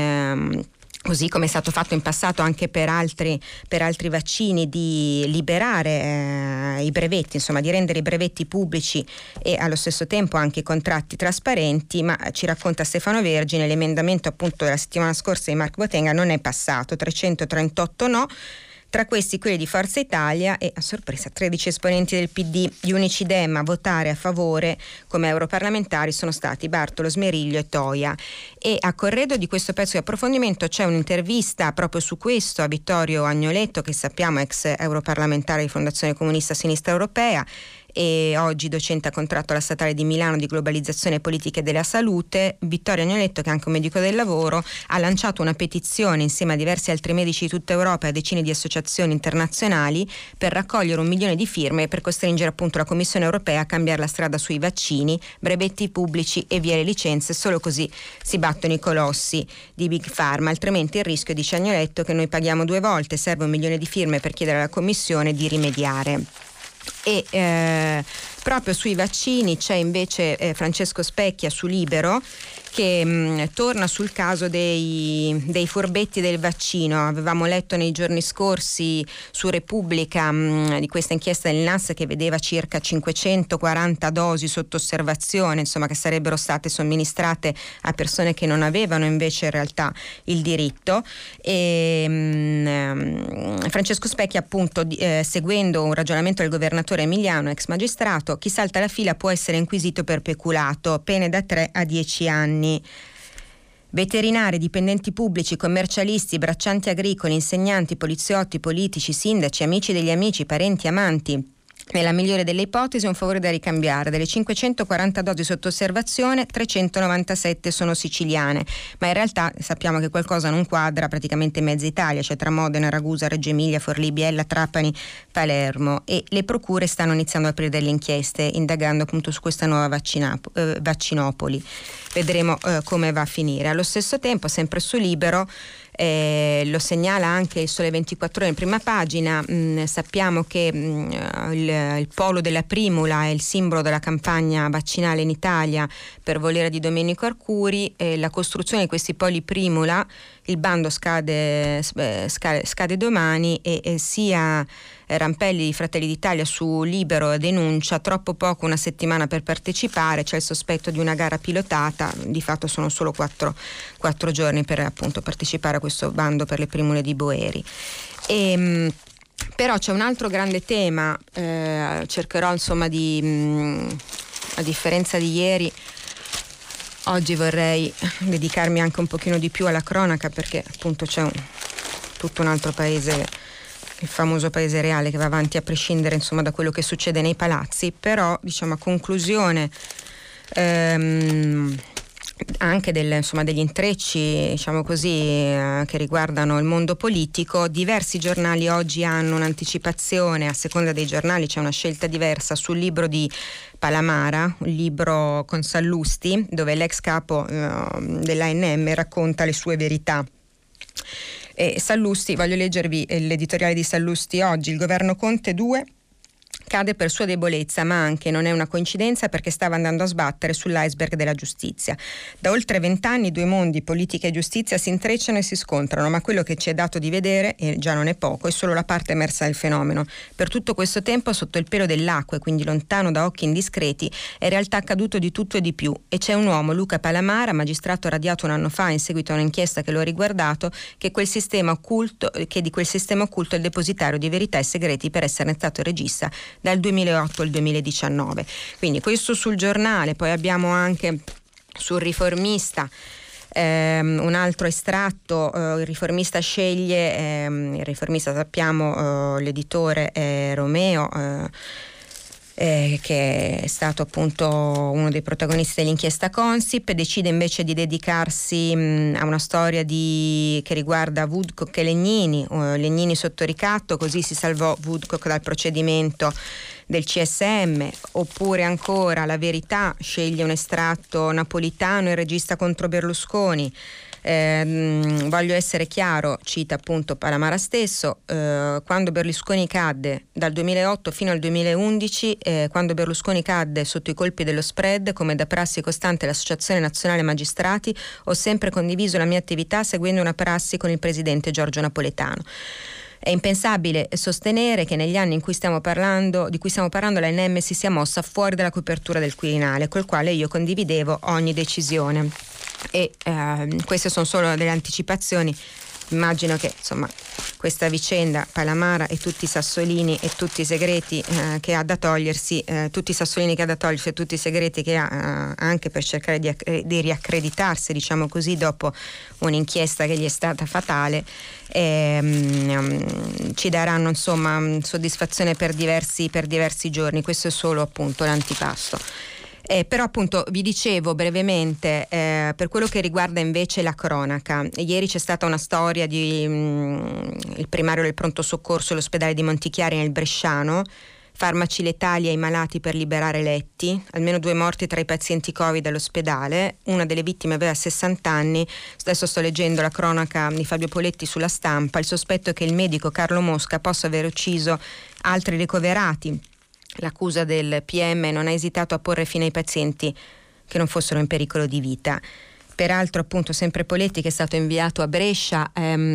C: così come è stato fatto in passato anche per altri vaccini, di liberare i brevetti, insomma di rendere i brevetti pubblici e allo stesso tempo anche i contratti trasparenti. Ma ci racconta Stefano Vergine, l'emendamento appunto della settimana scorsa di Mark Botenga non è passato, 338 no. Tra questi quelli di Forza Italia e, a sorpresa, 13 esponenti del PD. Gli unici Dem a votare a favore come europarlamentari sono stati Bartolo, Smeriglio e Toia. E a corredo di questo pezzo di approfondimento c'è un'intervista proprio su questo a Vittorio Agnoletto, che sappiamo ex europarlamentare di Fondazione Comunista Sinistra Europea e oggi docente a contratto alla Statale di Milano di globalizzazione e politiche della salute. Vittorio Agnoletto, che è anche un medico del lavoro, ha lanciato una petizione insieme a diversi altri medici di tutta Europa e a decine di associazioni internazionali per raccogliere 1 milione di firme per costringere appunto la Commissione europea a cambiare la strada sui vaccini, brevetti pubblici e via le licenze. Solo così si battono i colossi di Big Pharma, altrimenti il rischio, dice Agnoletto, che noi paghiamo 2 volte. Serve 1 milione di firme per chiedere alla Commissione di rimediare. E proprio sui vaccini c'è invece Francesco Specchia su Libero, che torna sul caso dei furbetti del vaccino. Avevamo letto nei giorni scorsi su Repubblica di questa inchiesta del NAS che vedeva circa 540 dosi sotto osservazione, insomma, che sarebbero state somministrate a persone che non avevano invece in realtà il diritto. E Francesco Specchia, appunto, seguendo un ragionamento del governatore emiliano, ex magistrato: chi salta la fila può essere inquisito per peculato, pene da 3 a 10 anni. Veterinari, dipendenti pubblici, commercialisti, braccianti agricoli, insegnanti, poliziotti, politici, sindaci, amici degli amici, parenti, amanti. Nella migliore delle ipotesi un favore da ricambiare. Delle 540 dosi sotto osservazione, 397 sono siciliane, ma in realtà sappiamo che qualcosa non quadra praticamente mezza Italia, cioè tra Modena, Ragusa, Reggio Emilia, Forlì, Biella, Trapani, Palermo, e le procure stanno iniziando ad aprire delle inchieste indagando appunto su questa nuova vaccinopoli. Vedremo come va a finire. Allo stesso tempo, sempre su Libero, lo segnala anche il Sole 24 Ore in prima pagina, sappiamo che il polo della Primula è il simbolo della campagna vaccinale in Italia per volere di Domenico Arcuri. La costruzione di questi poli Primula, il bando scade domani e sia Rampelli di Fratelli d'Italia su Libero denuncia: troppo poco, 1 settimana per partecipare, c'è il sospetto di una gara pilotata, di fatto sono solo 4 giorni per appunto partecipare a questo bando per le primule di Boeri. Però c'è un altro grande tema, cercherò insomma a differenza di ieri, oggi vorrei dedicarmi anche un pochino di più alla cronaca, perché appunto c'è tutto un altro paese, il famoso paese reale, che va avanti a prescindere insomma da quello che succede nei palazzi. Però diciamo a conclusione anche degli intrecci, diciamo così, che riguardano il mondo politico, diversi giornali oggi hanno un'anticipazione, a seconda dei giornali c'è una scelta diversa, sul libro di Palamara, un libro con Sallusti, dove l'ex capo dell'ANM racconta le sue verità. E Sallusti, voglio leggervi l'editoriale di Sallusti oggi: il governo Conte 2 cade per sua debolezza, ma anche non è una coincidenza perché stava andando a sbattere sull'iceberg della giustizia. Da oltre 20 anni 2 mondi, politica e giustizia, si intrecciano e si scontrano, ma quello che ci è dato di vedere, e già non è poco, è solo la parte emersa del fenomeno. Per tutto questo tempo, sotto il pelo dell'acqua e quindi lontano da occhi indiscreti, è in realtà accaduto di tutto e di più. E c'è un uomo, Luca Palamara, magistrato radiato 1 anno fa in seguito a un'inchiesta che lo ha riguardato, che di quel sistema occulto è il depositario di verità e segreti per esserne stato regista dal 2008 al 2019. Quindi questo sul Giornale. Poi abbiamo anche sul Riformista un altro estratto. Il Riformista sceglie, il Riformista sappiamo l'editore è Romeo, che è stato appunto uno dei protagonisti dell'inchiesta Consip. Decide invece di dedicarsi a una storia che riguarda Woodcock e Legnini, Legnini sotto ricatto, così si salvò Woodcock dal procedimento del CSM. Oppure ancora La Verità, sceglie un estratto napolitano, il regista contro Berlusconi. Voglio essere chiaro, cita appunto Palamara stesso, quando Berlusconi cadde dal 2008 fino al 2011, quando Berlusconi cadde sotto i colpi dello spread, come da prassi costante l'Associazione Nazionale Magistrati, ho sempre condiviso la mia attività seguendo una prassi con il presidente Giorgio Napoletano. È impensabile sostenere che negli anni di cui stiamo parlando, l'ANM si sia mossa fuori dalla copertura del Quirinale, col quale io condividevo ogni decisione. E queste sono solo delle anticipazioni. Immagino che insomma questa vicenda Palamara e tutti i sassolini e tutti i segreti che ha da togliersi, tutti i sassolini che ha da togliersi e tutti i segreti che ha anche per cercare di riaccreditarsi, diciamo così, dopo un'inchiesta che gli è stata fatale, ci daranno insomma soddisfazione per diversi giorni. Questo è solo appunto l'antipasto. Però appunto vi dicevo brevemente, per quello che riguarda invece la cronaca, ieri c'è stata una storia di il primario del pronto soccorso all'ospedale di Montichiari nel Bresciano, farmaci letali ai malati per liberare letti, almeno 2 morti tra i pazienti Covid all'ospedale, una delle vittime aveva 60 anni, adesso sto leggendo la cronaca di Fabio Poletti sulla Stampa, il sospetto è che il medico Carlo Mosca possa aver ucciso altri ricoverati. L'accusa del PM non ha esitato a porre fine ai pazienti che non fossero in pericolo di vita. Peraltro appunto sempre Poletti, che è stato inviato a Brescia,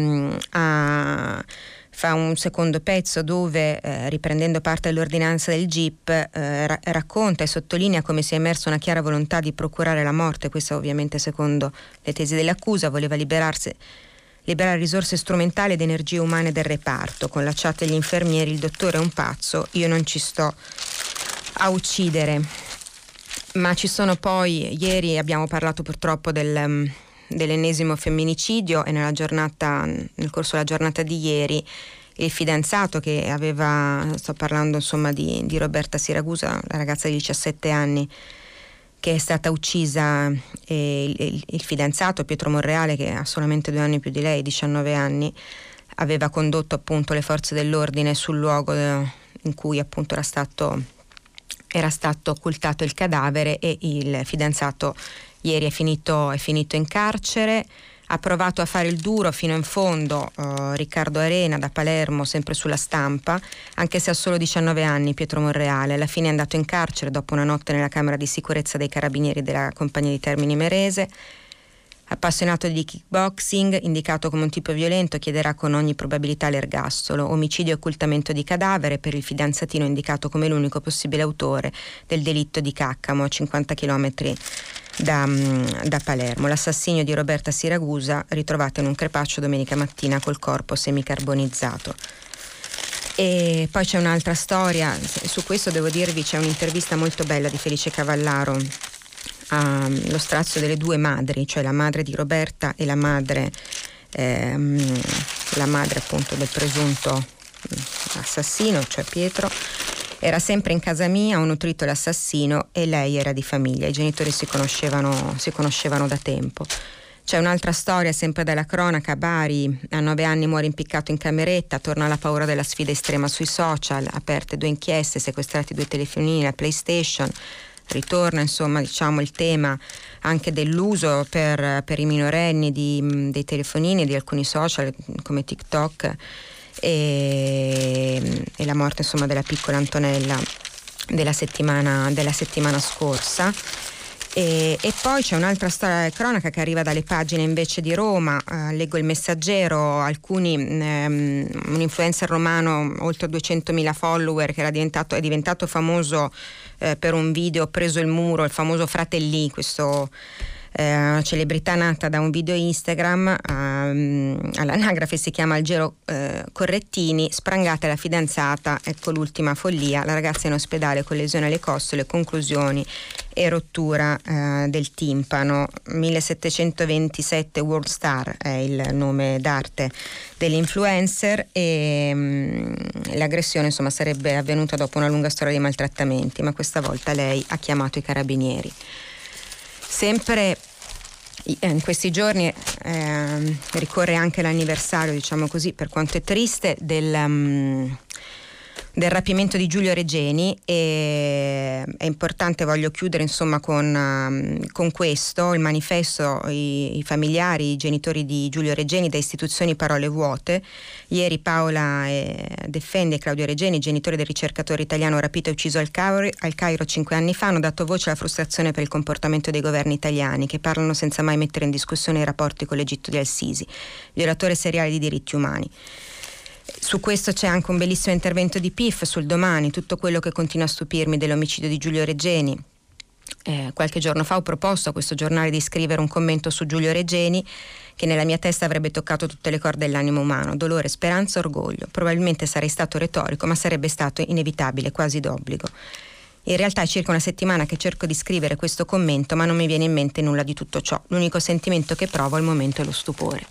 C: fa un secondo pezzo dove riprendendo parte dell'ordinanza del GIP racconta e sottolinea come sia emersa una chiara volontà di procurare la morte. Questa ovviamente secondo le tesi dell'accusa, voleva liberare risorse strumentali ed energie umane del reparto. Con la chat degli infermieri, il dottore è un pazzo, io non ci sto a uccidere. Ma ci sono poi, ieri abbiamo parlato purtroppo dell'ennesimo femminicidio, e nel corso della giornata di ieri il fidanzato che sto parlando insomma di Roberta Siragusa, la ragazza di 17 anni che è stata uccisa, il fidanzato Pietro Monreale, che ha solamente 2 anni più di lei, 19 anni, aveva condotto appunto le forze dell'ordine sul luogo in cui appunto era stato occultato il cadavere, e il fidanzato ieri è finito in carcere. Ha provato a fare il duro fino in fondo Riccardo Arena da Palermo, sempre sulla Stampa, anche se ha solo 19 anni Pietro Monreale. Alla fine è andato in carcere dopo una notte nella camera di sicurezza dei carabinieri della compagnia di Termini Merese. Appassionato di kickboxing, indicato come un tipo violento, chiederà con ogni probabilità l'ergastolo. Omicidio e occultamento di cadavere per il fidanzatino indicato come l'unico possibile autore del delitto di Caccamo, a 50 chilometri da Palermo. L'assassinio di Roberta Siragusa, ritrovato in un crepaccio domenica mattina col corpo semicarbonizzato. E poi c'è un'altra storia, su questo devo dirvi c'è un'intervista molto bella di Felice Cavallaro allo strazio delle 2 madri, cioè la madre di Roberta e la madre appunto del presunto assassino, cioè Pietro. Era sempre in casa mia, ho nutrito l'assassino e lei era di famiglia, i genitori si conoscevano da tempo. C'è un'altra storia sempre dalla cronaca, a Bari, a 9 anni muore impiccato in cameretta, torna la paura della sfida estrema sui social, aperte 2 inchieste, sequestrati 2 telefonini, la PlayStation. Ritorna insomma diciamo il tema anche dell'uso per i minorenni dei telefonini e di alcuni social come TikTok, e la morte insomma della piccola Antonella della settimana scorsa. E poi c'è un'altra storia di cronaca che arriva dalle pagine invece di Roma. Leggo il Messaggero, un influencer romano oltre 200.000 follower che è diventato famoso per un video Preso il muro, il famoso Fratelli, questo una celebrità nata da un video Instagram, all'anagrafe si chiama Algero Correttini, sprangata la fidanzata, ecco l'ultima follia, la ragazza in ospedale con lesione alle costole, conclusioni e rottura del timpano. 1727 World Star è il nome d'arte dell'influencer, e l'aggressione insomma sarebbe avvenuta dopo una lunga storia di maltrattamenti, ma questa volta lei ha chiamato i carabinieri. Sempre in questi giorni ricorre anche l'anniversario, diciamo così, per quanto è triste, del rapimento di Giulio Regeni, e è importante, voglio chiudere insomma con questo, il manifesto, i familiari, i genitori di Giulio Regeni, da istituzioni parole vuote. Ieri Paola Defendi e Claudio Regeni, genitori del ricercatore italiano rapito e ucciso al Cairo 5 anni fa, hanno dato voce alla frustrazione per il comportamento dei governi italiani, che parlano senza mai mettere in discussione i rapporti con l'Egitto di Al-Sisi, violatore seriale di diritti umani. Su questo c'è anche un bellissimo intervento di PIF sul Domani, tutto quello che continua a stupirmi dell'omicidio di Giulio Regeni. Qualche giorno fa ho proposto a questo giornale di scrivere un commento su Giulio Regeni che nella mia testa avrebbe toccato tutte le corde dell'animo umano: dolore, speranza, orgoglio. Probabilmente sarei stato retorico, ma sarebbe stato inevitabile, quasi d'obbligo. In realtà è circa una settimana che cerco di scrivere questo commento, ma non mi viene in mente nulla di tutto ciò. L'unico sentimento che provo al momento è lo stupore.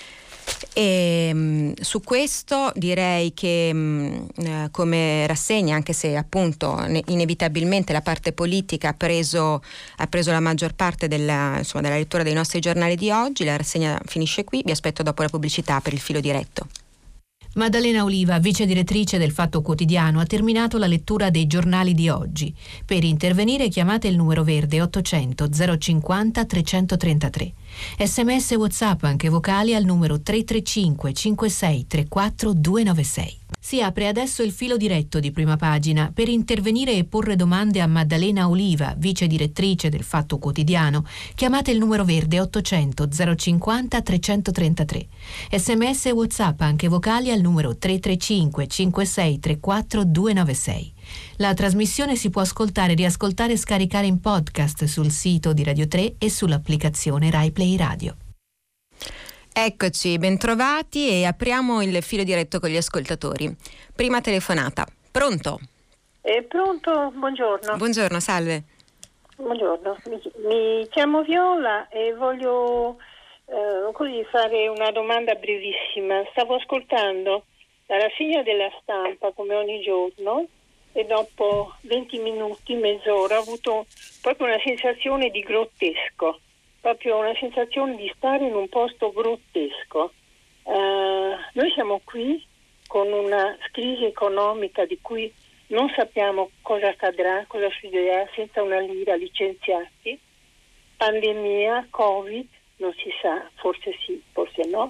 C: E su questo direi che come rassegna, anche se appunto inevitabilmente la parte politica ha preso la maggior parte della lettura dei nostri giornali di oggi, la rassegna finisce qui. Vi aspetto dopo la pubblicità per il filo diretto.
B: Maddalena Oliva, vice direttrice del Fatto Quotidiano, ha terminato la lettura dei giornali di oggi. Per intervenire chiamate il numero verde 800 050 333. SMS WhatsApp anche vocali al numero 335 56 34 296. Si apre adesso il filo diretto di Prima Pagina. Per intervenire e porre domande a Maddalena Oliva, vice direttrice del Fatto Quotidiano, chiamate il numero verde 800 050 333. SMS WhatsApp anche vocali al numero 335 56 34 296. La trasmissione si può ascoltare, riascoltare e scaricare in podcast sul sito di Radio 3 e sull'applicazione Rai Play Radio.
C: Eccoci, bentrovati, e apriamo il filo diretto con gli ascoltatori. Prima telefonata. Pronto?
A: Pronto, buongiorno.
C: Buongiorno, salve.
A: Buongiorno, mi chiamo Viola e voglio così fare una domanda brevissima. Stavo ascoltando la rassegna della Stampa come ogni giorno e dopo 20 minuti, mezz'ora, ho avuto proprio una sensazione di grottesco. Proprio una sensazione di stare in un posto grottesco. Noi siamo qui con una crisi economica di cui non sappiamo cosa accadrà, cosa succederà, senza una lira, licenziati, pandemia, Covid, non si sa, forse sì, forse no,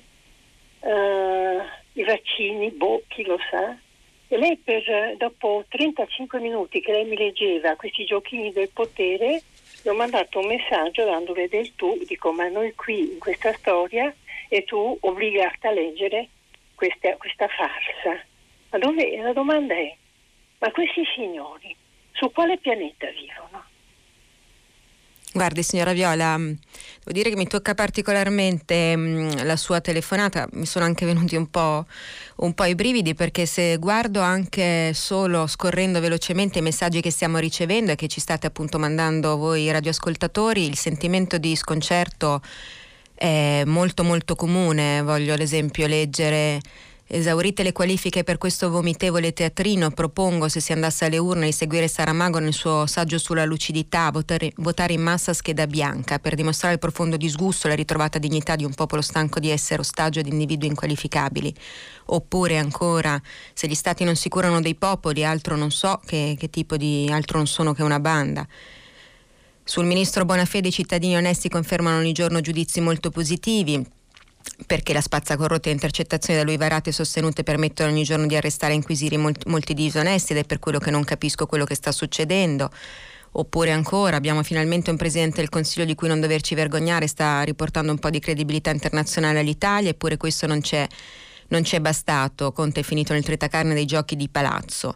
A: i vaccini, chi lo sa. E lei dopo 35 minuti che lei mi leggeva questi giochini del potere, gli ho mandato un messaggio dandole del tu, dico: ma noi qui in questa storia e tu obbligata a leggere questa farsa. Ma dov'è? La domanda è: ma questi signori su quale pianeta vivono?
C: Guardi, signora Viola, devo dire che mi tocca particolarmente la sua telefonata. Mi sono anche venuti un po' i brividi, perché se guardo anche solo scorrendo velocemente i messaggi che stiamo ricevendo e che ci state appunto mandando voi radioascoltatori, il sentimento di sconcerto è molto molto comune. Voglio ad esempio leggere: esaurite le qualifiche per questo vomitevole teatrino, propongo, se si andasse alle urne, di seguire Saramago nel suo saggio sulla lucidità, votare in massa a scheda bianca per dimostrare il profondo disgusto e la ritrovata dignità di un popolo stanco di essere ostaggio di individui inqualificabili. Oppure ancora: se gli stati non si curano dei popoli, altro non so che tipo di altro non sono che una banda. Sul ministro Bonafede i cittadini onesti confermano ogni giorno giudizi molto positivi, perché la spazzacorrotte e intercettazioni da lui varate e sostenute permettono ogni giorno di arrestare e inquisire molti disonesti, ed è per quello che non capisco quello che sta succedendo. Oppure ancora: abbiamo finalmente un Presidente del Consiglio di cui non doverci vergognare, sta riportando un po' di credibilità internazionale all'Italia, eppure questo non c'è bastato. Conte è finito nel tritacarne dei giochi di palazzo.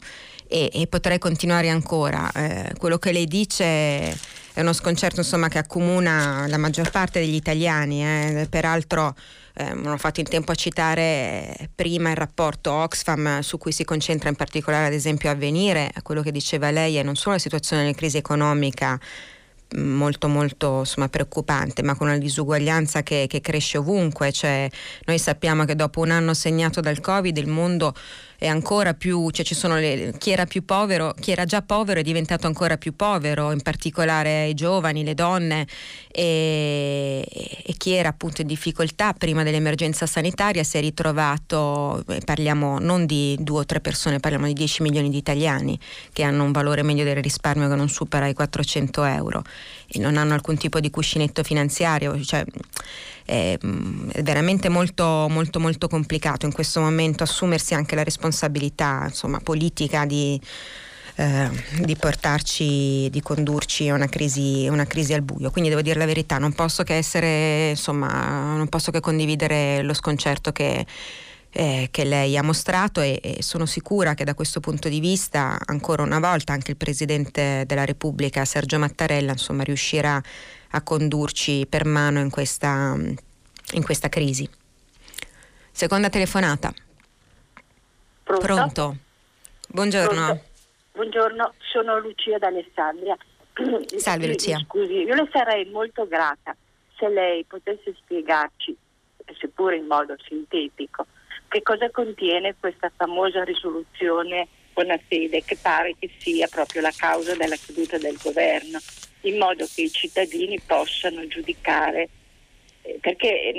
C: e potrei continuare ancora. Quello che lei dice è uno sconcerto, insomma, che accomuna la maggior parte degli italiani. Peraltro non ho fatto in tempo a citare prima il rapporto Oxfam, su cui si concentra in particolare ad esempio Avvenire. Quello che diceva lei è non solo la situazione di crisi economica molto molto, insomma, preoccupante, ma con una disuguaglianza che cresce ovunque. Cioè, noi sappiamo che dopo un anno segnato dal Covid il mondo è ancora più, cioè ci sono chi era più povero, chi era già povero è diventato ancora più povero, in particolare i giovani, le donne, e chi era appunto in difficoltà prima dell'emergenza sanitaria si è ritrovato, parliamo non di 2 o 3 persone, parliamo di 10 milioni di italiani che hanno un valore medio del risparmio che non supera i 400 euro e non hanno alcun tipo di cuscinetto finanziario. Cioè, è veramente molto molto molto complicato in questo momento assumersi anche la responsabilità, insomma, politica di condurci a una crisi al buio. Quindi devo dire la verità, non posso che condividere lo sconcerto che lei ha mostrato e sono sicura che da questo punto di vista ancora una volta anche il Presidente della Repubblica Sergio Mattarella, insomma, riuscirà a condurci per mano in questa crisi. Seconda telefonata. Pronto? Buongiorno.
D: Pronto. Buongiorno, sono Lucia d'Alessandria.
C: Salve Lucia.
D: Scusi, io le sarei molto grata se lei potesse spiegarci, seppure in modo sintetico, che cosa contiene questa famosa risoluzione Bonafede, che pare che sia proprio la causa della caduta del governo, in modo che i cittadini possano giudicare, perché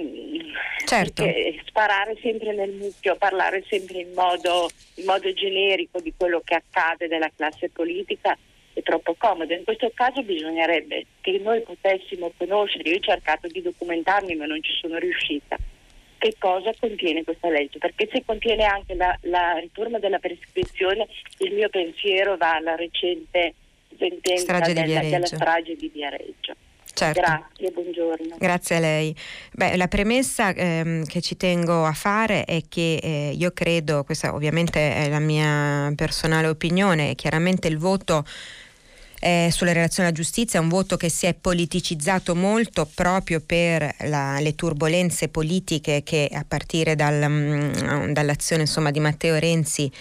D: sparare sempre nel mucchio, parlare sempre in modo generico di quello che accade della classe politica è troppo comodo. In questo caso bisognerebbe che noi potessimo conoscere, io ho cercato di documentarmi ma non ci sono riuscita, che cosa contiene questa legge, perché se contiene anche la riforma della prescrizione, il mio pensiero va alla recente sentenza della strage di Viareggio.
C: Certo.
D: Grazie, buongiorno.
C: Grazie a lei. La premessa che ci tengo a fare è che io credo, questa ovviamente è la mia personale opinione, chiaramente il voto sulle relazioni alla giustizia è un voto che si è politicizzato molto proprio per le turbolenze politiche che a partire dall'azione, insomma, di Matteo Renzi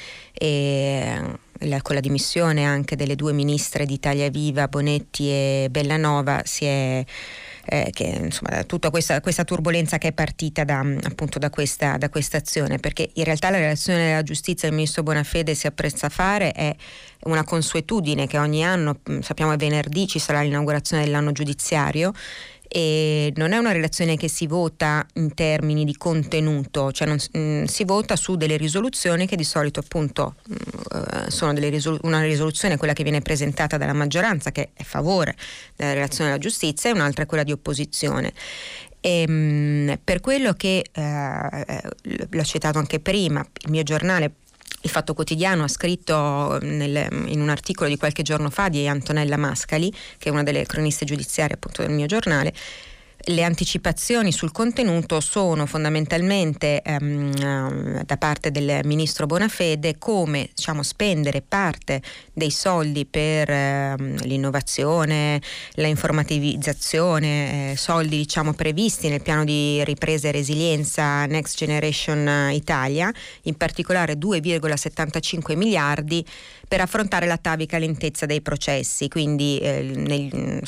C: con la dimissione anche delle 2 ministre di Italia Viva, Bonetti e Bellanova, insomma, tutta questa turbolenza che è partita appunto da questa azione, perché in realtà la relazione alla giustizia del ministro Bonafede si appresta a fare è una consuetudine che ogni anno, sappiamo, è venerdì ci sarà l'inaugurazione dell'anno giudiziario, e non è una relazione che si vota in termini di contenuto, cioè si vota su delle risoluzioni che di solito appunto sono una risoluzione, quella che viene presentata dalla maggioranza, che è a favore della relazione alla giustizia, e un'altra è quella di opposizione. Per quello che l'ho citato anche prima, il mio giornale, Il Fatto Quotidiano, ha scritto in un articolo di qualche giorno fa di Antonella Mascali, che è una delle croniste giudiziarie appunto del mio giornale. Le anticipazioni sul contenuto sono fondamentalmente da parte del ministro Bonafede come, diciamo, spendere parte dei soldi per l'innovazione, la informativizzazione, soldi, diciamo, previsti nel piano di ripresa e resilienza Next Generation Italia, in particolare 2,75 miliardi per affrontare l'atavica lentezza dei processi. Quindi nel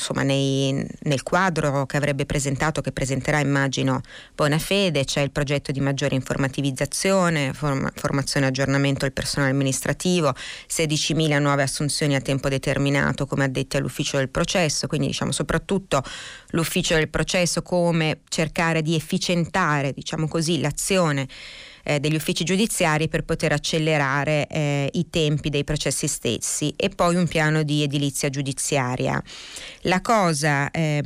C: quadro che avrebbe presentato, che presenterà immagino Bonafede, c'è il progetto di maggiore informativizzazione, formazione e aggiornamento del personale amministrativo, 16.000 nuove assunzioni a tempo determinato come addetti all'ufficio del processo, quindi, diciamo, soprattutto l'ufficio del processo, come cercare di efficientare, diciamo così, l'azione degli uffici giudiziari per poter accelerare i tempi dei processi stessi, e poi un piano di edilizia giudiziaria. La cosa,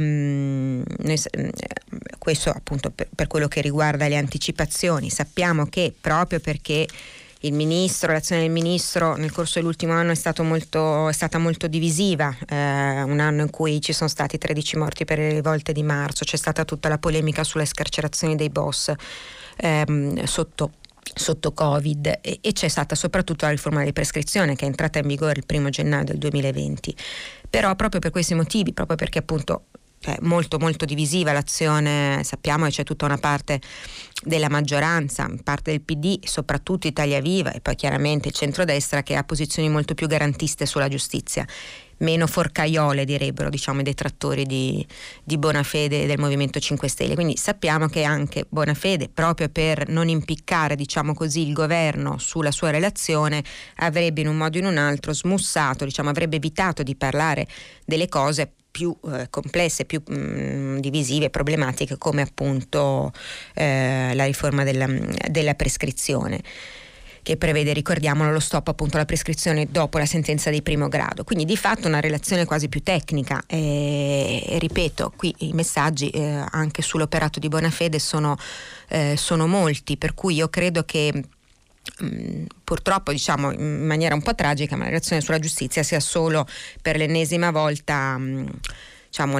C: questo appunto per quello che riguarda le anticipazioni, sappiamo che proprio perché l'azione del ministro nel corso dell'ultimo anno è stata molto divisiva, un anno in cui ci sono stati 13 morti per le rivolte di marzo, c'è stata tutta la polemica sulle scarcerazioni dei boss sotto sotto Covid, e c'è stata soprattutto la riforma della prescrizione che è entrata in vigore il 1° gennaio del 2020. Però proprio per questi motivi, proprio perché appunto è molto molto divisiva l'azione, sappiamo che c'è tutta una parte della maggioranza, parte del PD, soprattutto Italia Viva e poi chiaramente il centrodestra, che ha posizioni molto più garantiste sulla giustizia, meno forcaiole direbbero, diciamo, i detrattori di Bonafede e del Movimento 5 Stelle. Quindi sappiamo che anche Bonafede, proprio per non impiccare, diciamo così, il governo sulla sua relazione, avrebbe in un modo o in un altro smussato, diciamo, avrebbe evitato di parlare delle cose più complesse, più divisive, problematiche, come appunto la riforma della prescrizione, che prevede, ricordiamolo, lo stop appunto alla prescrizione dopo la sentenza di primo grado. Quindi di fatto una relazione quasi più tecnica, e ripeto, qui i messaggi anche sull'operato di Bonafede sono molti, per cui io credo che purtroppo, diciamo in maniera un po' tragica, ma la relazione sulla giustizia sia solo per l'ennesima volta diciamo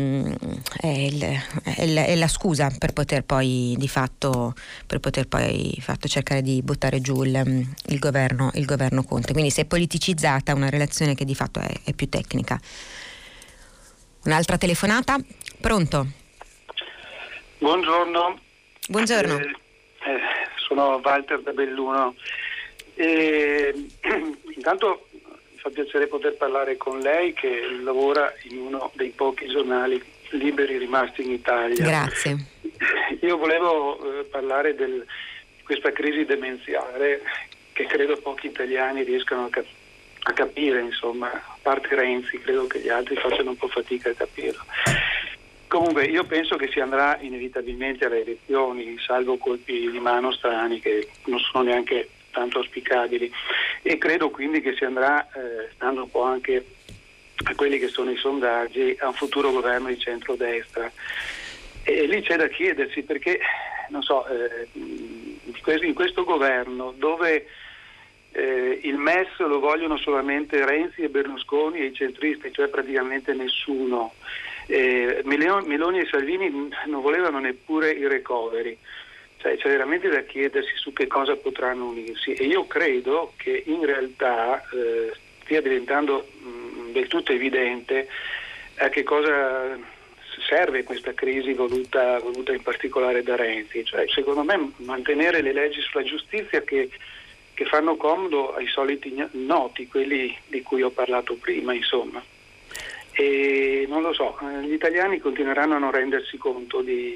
C: è la scusa per poter poi di fatto cercare di buttare giù il governo Conte. Quindi si è politicizzata una relazione che di fatto è più tecnica. Un'altra telefonata? Pronto?
E: Buongiorno.
C: Buongiorno.
E: Sono Walter da Belluno. Intanto mi fa piacere poter parlare con lei, che lavora in uno dei pochi giornali liberi rimasti in Italia.
C: Grazie.
E: Io volevo parlare di questa crisi demenziale che credo pochi italiani riescano a capire, insomma, a parte Renzi, credo che gli altri facciano un po' fatica a capirlo. Comunque io penso che si andrà inevitabilmente alle elezioni, salvo colpi di mano strani che non sono neanche tanto auspicabili, e credo quindi che si andrà, stando un po' anche a quelli che sono i sondaggi, a un futuro governo di centrodestra. E lì c'è da chiedersi perché, non so, in questo governo dove il MES lo vogliono solamente Renzi e Berlusconi e i centristi, cioè praticamente nessuno. Meloni e Salvini non volevano neppure i recovery, cioè c'è veramente da chiedersi su che cosa potranno unirsi, e io credo che in realtà stia diventando del tutto evidente a che cosa serve questa crisi voluta in particolare da Renzi. Cioè, secondo me mantenere le leggi sulla giustizia che fanno comodo ai soliti noti, quelli di cui ho parlato prima, insomma. E non lo so, gli italiani continueranno a non rendersi conto di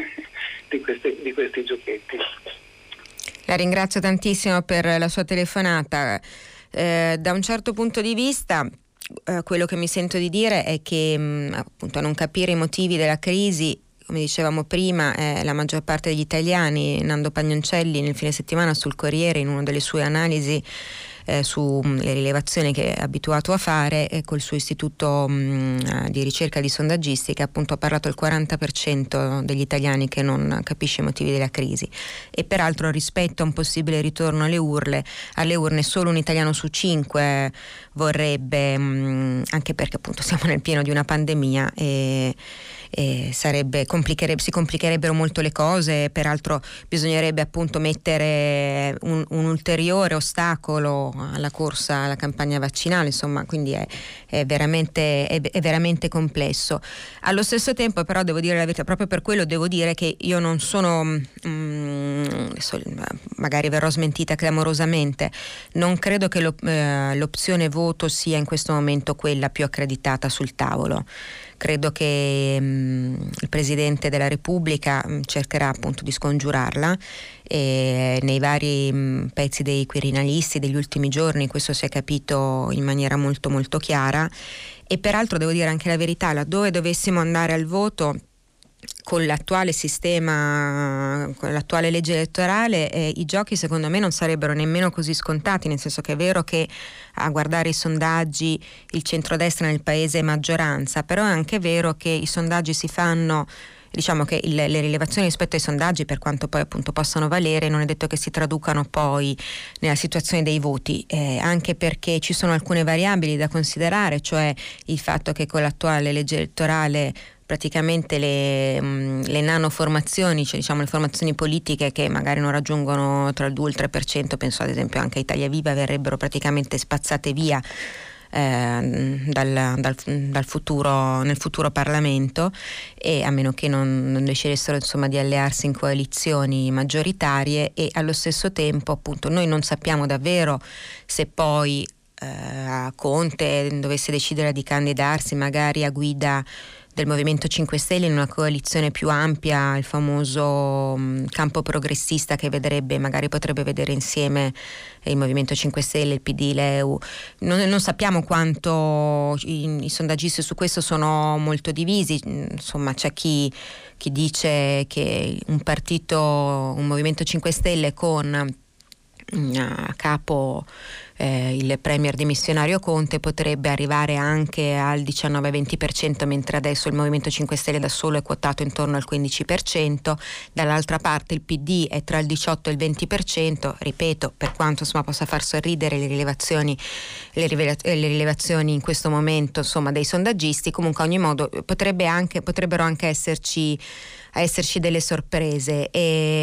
E: questi giochetti.
C: La ringrazio tantissimo per la sua telefonata. Da un certo punto di vista quello che mi sento di dire è che appunto a non capire i motivi della crisi, come dicevamo prima, la maggior parte degli italiani. Nando Pagnoncelli nel fine settimana sul Corriere, in una delle sue analisi sulle rilevazioni che è abituato a fare col suo istituto di ricerca di sondaggistica, appunto ha parlato il 40% degli italiani che non capisce i motivi della crisi, e peraltro rispetto a un possibile ritorno alle urne solo un italiano su 5 vorrebbe, anche perché appunto siamo nel pieno di una pandemia e si complicherebbero molto le cose. Peraltro bisognerebbe appunto mettere un ulteriore ostacolo alla corsa alla campagna vaccinale, insomma, quindi è veramente complesso. Allo stesso tempo però devo dire la verità, proprio per quello devo dire che io non sono magari verrò smentita clamorosamente, non credo che l'opzione voto sia in questo momento quella più accreditata sul tavolo. Credo che il Presidente della Repubblica cercherà appunto di scongiurarla, e nei vari pezzi dei quirinalisti degli ultimi giorni questo si è capito in maniera molto molto chiara. E peraltro devo dire anche la verità, laddove dovessimo andare al voto con l'attuale sistema, con l'attuale legge elettorale, i giochi secondo me non sarebbero nemmeno così scontati, nel senso che è vero che a guardare i sondaggi il centrodestra nel paese è maggioranza, però è anche vero che i sondaggi si fanno diciamo che le rilevazioni rispetto ai sondaggi, per quanto poi appunto possano valere, non è detto che si traducano poi nella situazione dei voti, anche perché ci sono alcune variabili da considerare, cioè il fatto che con l'attuale legge elettorale praticamente le nanoformazioni, cioè diciamo le formazioni politiche che magari non raggiungono tra il 2 e il 3%, penso ad esempio anche a Italia Viva, verrebbero praticamente spazzate via nel futuro Parlamento, e a meno che non decidessero insomma di allearsi in coalizioni maggioritarie. E allo stesso tempo appunto noi non sappiamo davvero se poi Conte dovesse decidere di candidarsi magari a guida del Movimento 5 Stelle in una coalizione più ampia, il famoso campo progressista che magari potrebbe vedere insieme il Movimento 5 Stelle, il PD, l'EU. Non sappiamo quanto i sondaggisti su questo sono molto divisi, insomma c'è chi dice che un Movimento 5 Stelle con a capo il premier dimissionario Conte potrebbe arrivare anche al 19-20%, mentre adesso il Movimento 5 Stelle da solo è quotato intorno al 15%. Dall'altra parte il PD è tra il 18 e il 20%. Ripeto, per quanto insomma possa far sorridere le rilevazioni in questo momento insomma dei sondaggisti, comunque a ogni modo potrebbero anche esserci delle sorprese. E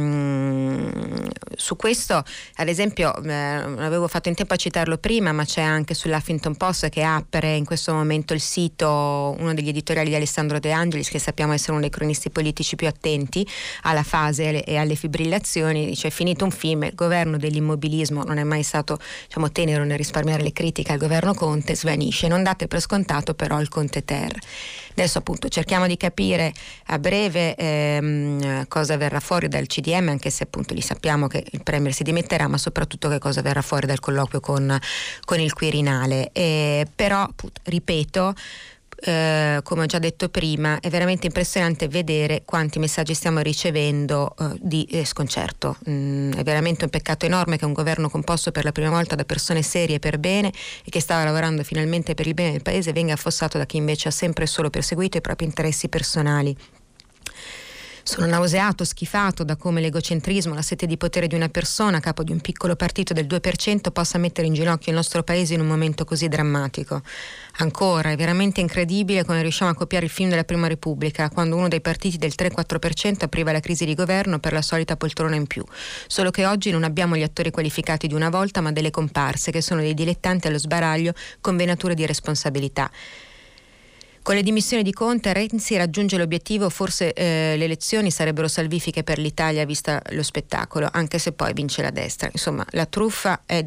C: su questo ad esempio non avevo fatto in tempo a citarlo prima, ma c'è anche sull'Huffington Post che apre in questo momento il sito, uno degli editoriali di Alessandro De Angelis, che sappiamo essere uno dei cronisti politici più attenti alla fase e alle fibrillazioni. Dice: è finito un film, il governo dell'immobilismo non è mai stato tenero nel risparmiare le critiche al governo Conte, svanisce, non date per scontato però il Conte Ter. Adesso appunto cerchiamo di capire a breve cosa verrà fuori dal CDM, anche se appunto li sappiamo che il Premier si dimetterà, ma soprattutto che cosa verrà fuori dal colloquio con il Quirinale. Però appunto, ripeto, come ho già detto prima, è veramente impressionante vedere quanti messaggi stiamo ricevendo di sconcerto. È veramente un peccato enorme che un governo composto per la prima volta da persone serie per bene e che stava lavorando finalmente per il bene del paese venga affossato da chi invece ha sempre e solo perseguito i propri interessi personali. Sono nauseato, schifato da come l'egocentrismo, la sete di potere di una persona, capo di un piccolo partito del 2%, possa mettere in ginocchio il nostro paese in un momento così drammatico. Ancora, è veramente incredibile come riusciamo a copiare il film della Prima Repubblica, quando uno dei partiti del 3-4% apriva la crisi di governo per la solita poltrona in più. Solo che oggi non abbiamo gli attori qualificati di una volta, ma delle comparse, che sono dei dilettanti allo sbaraglio con venature di responsabilità. Con le dimissioni di Conte, Renzi raggiunge l'obiettivo, forse le elezioni sarebbero salvifiche per l'Italia vista lo spettacolo, anche se poi vince la destra. Insomma, la truffa è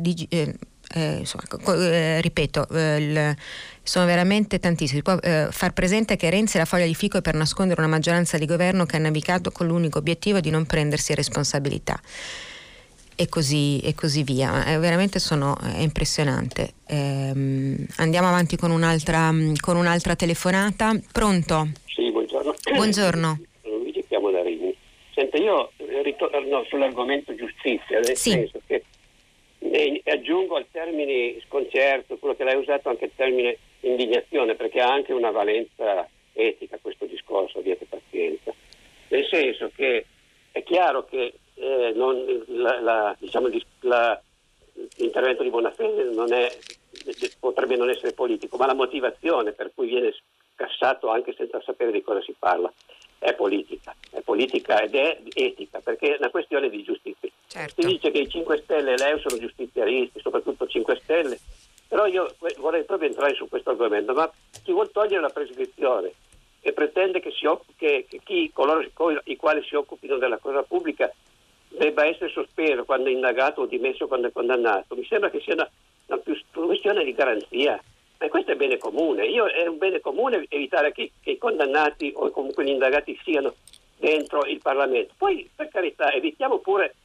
C: ripeto, sono veramente tantissimi. Si può far presente che Renzi è la foglia di fico per nascondere una maggioranza di governo che ha navigato con l'unico obiettivo di non prendersi responsabilità. E così via. Veramente è impressionante. Andiamo avanti con un'altra telefonata. Pronto?
F: Sì, buongiorno.
C: Buongiorno.
F: Luigi, chiamo da Rimini. Senta, io ritorno sull'argomento giustizia, nel senso che aggiungo al termine sconcerto quello che lei ha usato, anche il termine indignazione, perché ha anche una valenza etica questo discorso, abbiate pazienza. Nel senso che è chiaro che l'intervento di Bonafede potrebbe non essere politico, ma la motivazione per cui viene scassato anche senza sapere di cosa si parla è politica ed è etica, perché è una questione di giustizia.
C: Certo.
F: Si dice che i 5 Stelle e l'EU sono giustiziaristi, soprattutto 5 Stelle, però io vorrei proprio entrare su questo argomento, ma chi vuol togliere la prescrizione e pretende che coloro i quali si occupino della cosa pubblica debba essere sospeso quando è indagato o dimesso quando è condannato, mi sembra che sia una questione di garanzia. E questo è bene comune. È un bene comune evitare che i condannati o comunque gli indagati siano dentro il Parlamento. Poi, per carità, facciamo pure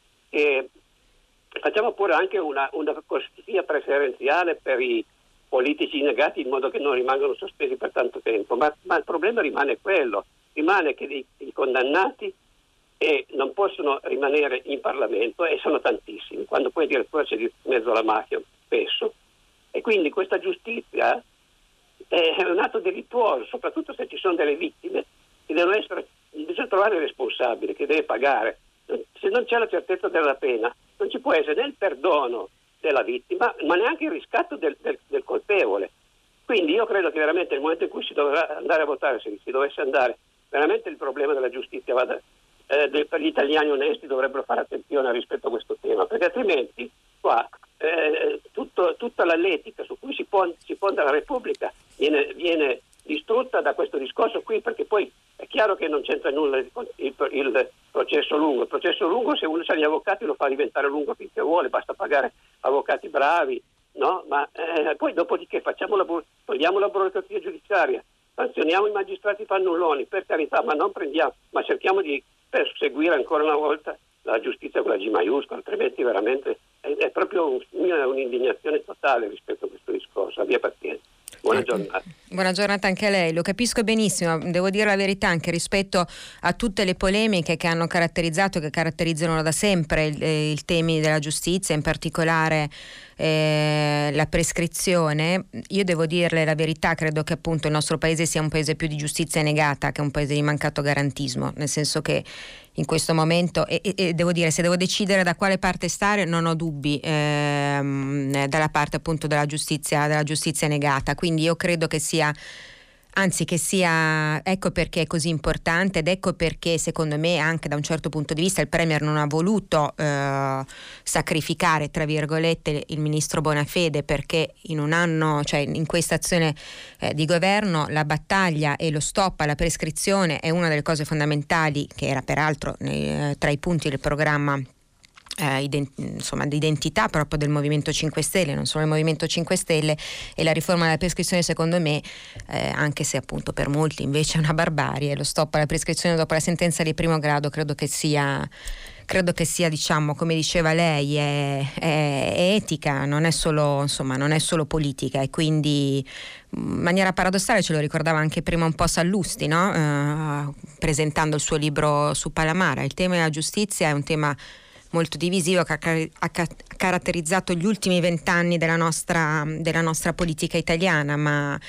F: anche una corsia preferenziale per i politici indagati in modo che non rimangano sospesi per tanto tempo. Ma il problema rimane che i condannati non possono rimanere in Parlamento, e sono tantissimi, quando poi addirittura c'è di mezzo la mafia spesso, e quindi questa giustizia è un atto delittuoso, soprattutto se ci sono delle vittime che devono essere bisogna trovare il responsabile che deve pagare. Se non c'è la certezza della pena, non ci può essere né il perdono della vittima, ma neanche il riscatto del colpevole. Quindi io credo che veramente nel momento in cui si dovrà andare a votare, se si dovesse andare, veramente il problema della giustizia per gli italiani onesti dovrebbero fare attenzione rispetto a questo tema, perché altrimenti qua tutta l'etica su cui si fonda la Repubblica viene distrutta da questo discorso qui, perché poi è chiaro che non c'entra nulla il processo lungo. Il processo lungo, se uno ha gli avvocati, lo fa diventare lungo finché vuole, basta pagare avvocati bravi, no? Ma poi dopodiché togliamo la burocrazia giudiziaria, sanzioniamo i magistrati fannulloni, per carità, ma cerchiamo di perseguire ancora una volta la giustizia con la G maiuscola, altrimenti veramente è proprio un'indignazione totale rispetto a questo discorso. Abbia pazienza. Buona giornata.
C: Buona giornata anche a lei, lo capisco benissimo, devo dire la verità anche rispetto a tutte le polemiche che caratterizzano da sempre i temi della giustizia, in particolare la prescrizione. Io devo dirle la verità, credo che appunto il nostro paese sia un paese più di giustizia negata che un paese di mancato garantismo, nel senso che in questo momento, e devo dire, se devo decidere da quale parte stare, non ho dubbi dalla parte appunto della giustizia negata. Quindi io credo che sia, ecco perché è così importante, ed ecco perché secondo me anche da un certo punto di vista il Premier non ha voluto sacrificare tra virgolette il ministro Bonafede, perché in un anno, cioè in questa azione di governo, la battaglia e lo stop alla prescrizione è una delle cose fondamentali, che era peraltro tra i punti del programma di identità proprio del Movimento 5 Stelle, non solo il Movimento 5 Stelle, e la riforma della prescrizione secondo me, anche se appunto per molti invece è una barbarie, lo stop alla prescrizione dopo la sentenza di primo grado credo che sia, diciamo, come diceva lei, è etica, non è solo politica, e quindi in maniera paradossale ce lo ricordava anche prima un po' Sallusti, no? Presentando il suo libro su Palamara. Il tema della giustizia è un tema molto divisivo che ha caratterizzato gli ultimi 20 anni della nostra politica italiana, ma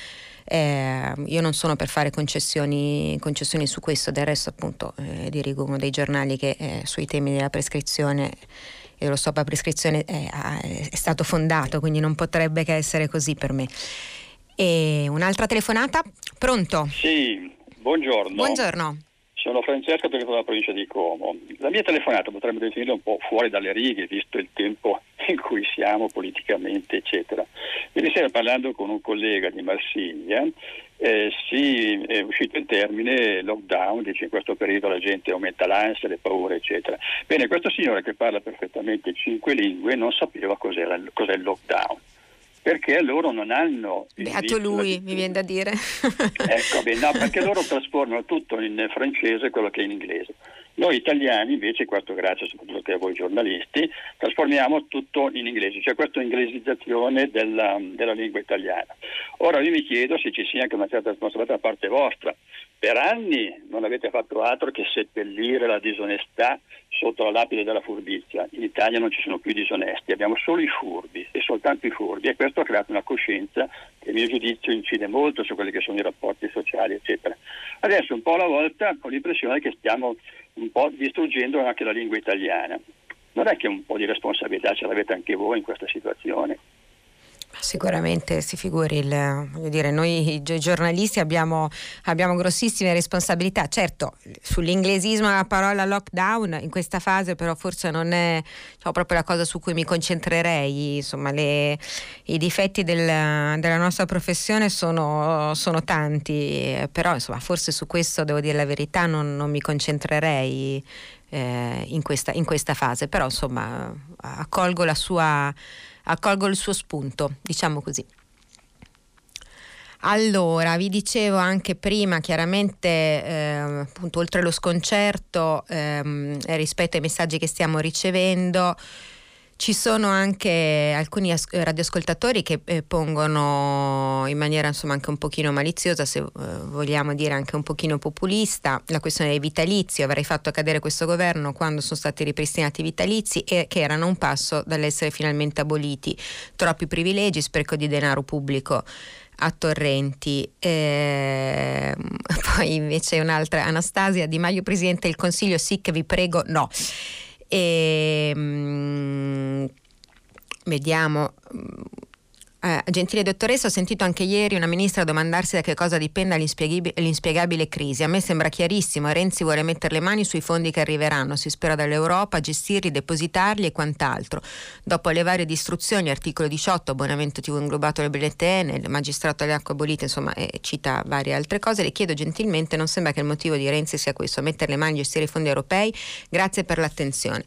C: io non sono per fare concessioni su questo. Del resto appunto dirigo uno dei giornali che sui temi della prescrizione e dello stop alla prescrizione è stato fondato, quindi non potrebbe che essere così per me. E un'altra telefonata? Pronto?
G: Sì, buongiorno.
C: Buongiorno.
G: Sono Francesco, telefono dalla provincia di Como. La mia telefonata potrebbe definirla un po' fuori dalle righe, visto il tempo in cui siamo politicamente, eccetera. Ieri sera, parlando con un collega di Marsiglia, è uscito il termine lockdown, dice in questo periodo la gente aumenta l'ansia, le paure, eccetera. Bene, questo signore che parla perfettamente 5 lingue non sapeva cos'è il lockdown, perché loro non hanno...
C: Beato lui, mi viene da dire.
G: Ecco, perché loro trasformano tutto in francese quello che è in inglese. Noi italiani invece, questo grazie soprattutto a voi giornalisti, trasformiamo tutto in inglese, cioè questa inglesizzazione della lingua italiana. Ora io mi chiedo se ci sia anche una certa responsabilità da parte vostra. Per anni non avete fatto altro che seppellire la disonestà sotto la lapide della furbizia. In Italia non ci sono più disonesti, abbiamo solo i furbi e soltanto i furbi, e questo ha creato una coscienza che a mio giudizio incide molto su quelli che sono i rapporti sociali, eccetera. Adesso un po' alla volta ho l'impressione che stiamo un po' distruggendo anche la lingua italiana. Non è che un po' di responsabilità ce l'avete anche voi in questa situazione?
C: Sicuramente, si figuri, voglio dire, noi giornalisti abbiamo grossissime responsabilità. Certo, sull'inglesismo la parola lockdown in questa fase però forse non è proprio la cosa su cui mi concentrerei. Insomma, i difetti della nostra professione sono tanti, però insomma forse su questo, devo dire la verità, non mi concentrerei in questa fase, però insomma accolgo il suo spunto, diciamo così. Allora, vi dicevo anche prima, chiaramente appunto oltre allo sconcerto rispetto ai messaggi che stiamo ricevendo, ci sono anche alcuni radioascoltatori che pongono in maniera insomma anche un pochino maliziosa, se vogliamo dire anche un pochino populista, la questione dei vitalizi. Avrei fatto cadere questo governo quando sono stati ripristinati i vitalizi, e che erano un passo dall'essere finalmente aboliti. Troppi privilegi, spreco di denaro pubblico. a torrenti. Poi invece un'altra, Anastasia: Di Maio Presidente del Consiglio, sì, che vi prego, no. Vediamo. Gentile dottoressa, ho sentito anche ieri una ministra domandarsi da che cosa dipenda l'inspiegabile crisi. A me sembra chiarissimo: Renzi vuole mettere le mani sui fondi che arriveranno, si spera dall'Europa, gestirli, depositarli e quant'altro. Dopo le varie distruzioni, articolo 18, abbonamento TV inglobato alle BLTN, il magistrato alle acque abolite, insomma, cita varie altre cose. Le chiedo gentilmente, non sembra che il motivo di Renzi sia questo: mettere le mani, gestire i fondi europei? Grazie per l'attenzione.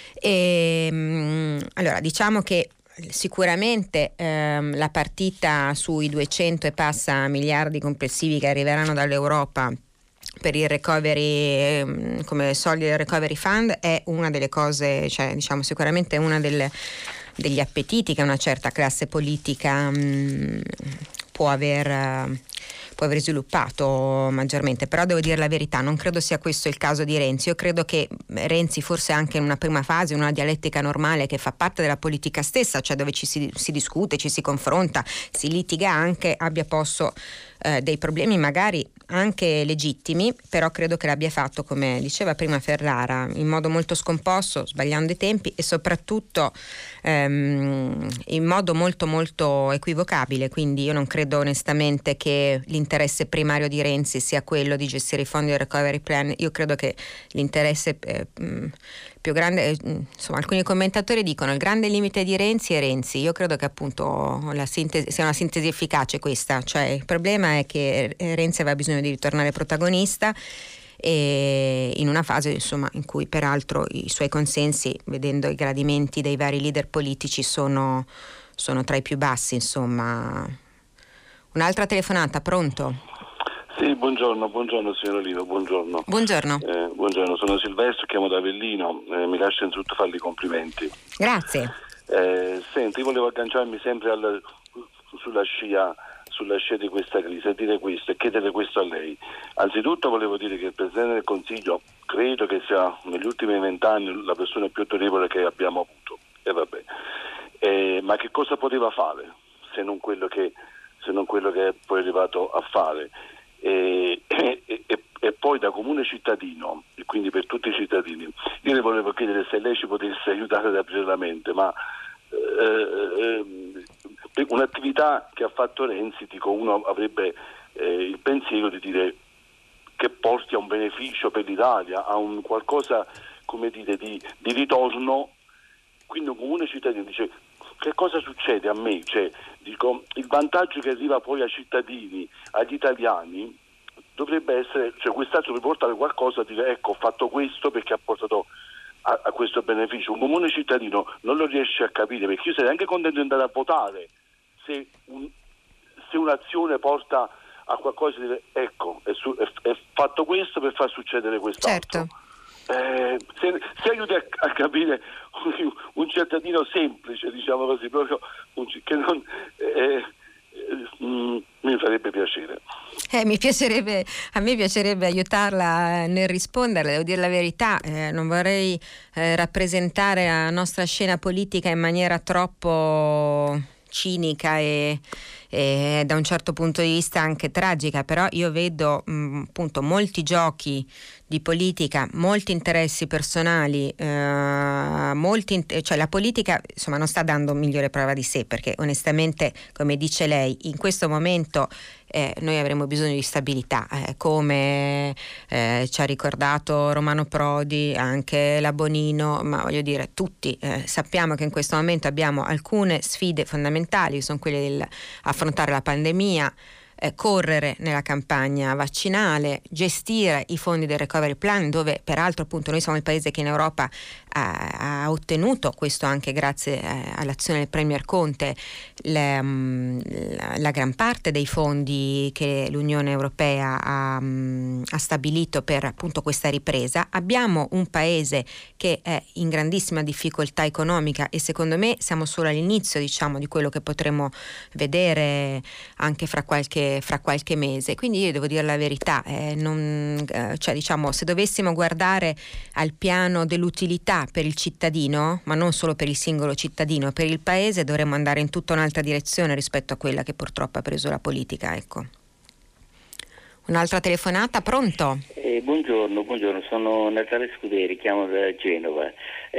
C: Allora, diciamo che sicuramente la partita sui 200 e passa miliardi complessivi che arriveranno dall'Europa per il recovery, come soldi del recovery fund, è una delle cose, cioè diciamo sicuramente una degli appetiti che una certa classe politica può aver sviluppato maggiormente. Però devo dire la verità, non credo sia questo il caso di Renzi. Io credo che Renzi, forse anche in una prima fase, in una dialettica normale che fa parte della politica stessa, cioè dove ci si discute, ci si confronta, si litiga anche, abbia posto dei problemi magari anche legittimi, però credo che l'abbia fatto, come diceva prima Ferrara, in modo molto scomposto, sbagliando i tempi e soprattutto in modo molto molto equivocabile. Quindi io non credo onestamente che l'interesse primario di Renzi sia quello di gestire i fondi del recovery plan. Io credo che l'interesse più grande, insomma, alcuni commentatori dicono il grande limite di Renzi è Renzi. Io credo che appunto sia una sintesi efficace questa, cioè il problema è che Renzi aveva bisogno di ritornare protagonista, e in una fase, insomma, in cui peraltro i suoi consensi, vedendo i gradimenti dei vari leader politici, sono tra i più bassi, insomma. Un'altra telefonata, pronto?
H: Sì, buongiorno signor Lino, buongiorno.
C: Buongiorno.
H: Buongiorno, sono Silvestro, chiamo da Avellino, mi lascia innanzitutto fargli i complimenti.
C: Grazie.
H: Senti, io volevo agganciarmi sempre sulla scia di questa crisi e dire questo e chiedere questo a lei. Anzitutto volevo dire che il Presidente del Consiglio credo che sia negli ultimi 20 anni la persona più autorevole che abbiamo avuto, ma che cosa poteva fare se non quello che è poi arrivato a fare? E poi da comune cittadino, e quindi per tutti i cittadini, io le volevo chiedere se lei ci potesse aiutare ad aprire la mente, ma un'attività che ha fatto Renzi, uno avrebbe il pensiero di dire che porti a un beneficio per l'Italia, a un qualcosa, come dire, di ritorno. Quindi un comune cittadino dice: che cosa succede a me? Cioè, dico, il vantaggio che arriva poi ai cittadini, agli italiani, dovrebbe essere, cioè quest'altro dovrebbe portare qualcosa, dire ecco, ho fatto questo perché ha portato a questo beneficio. Un comune cittadino non lo riesce a capire, perché io sarei anche contento di andare a votare se un'azione porta a qualcosa di dire ecco, è fatto questo per far succedere quest'altro.
C: Certo.
H: Se aiuti a capire un cittadino semplice, diciamo così, proprio che non mi farebbe piacere.
C: A me piacerebbe aiutarla nel rispondere. Devo dire la verità, non vorrei rappresentare la nostra scena politica in maniera troppo cinica e da un certo punto di vista anche tragica, però io vedo appunto molti giochi di politica, molti interessi personali, cioè la politica insomma non sta dando migliore prova di sé, perché onestamente, come dice lei, in questo momento noi avremo bisogno di stabilità, come ci ha ricordato Romano Prodi, anche la Bonino, ma voglio dire tutti sappiamo che in questo momento abbiamo alcune sfide fondamentali, sono quelle del affrontare la pandemia, correre nella campagna vaccinale, gestire i fondi del recovery plan, dove peraltro appunto noi siamo il paese che in Europa ha ottenuto, questo anche grazie all'azione del Premier Conte, la gran parte dei fondi che l'Unione Europea ha stabilito per appunto questa ripresa. Abbiamo un paese che è in grandissima difficoltà economica e secondo me siamo solo all'inizio, diciamo, di quello che potremo vedere anche fra qualche qualche mese. Quindi io devo dire la verità, cioè diciamo, se dovessimo guardare al piano dell'utilità per il cittadino, ma non solo per il singolo cittadino, per il paese, dovremmo andare in tutta un'altra direzione rispetto a quella che purtroppo ha preso la politica, ecco. Un'altra telefonata, pronto?
I: Buongiorno, sono Natale Scuderi, chiamo da Genova.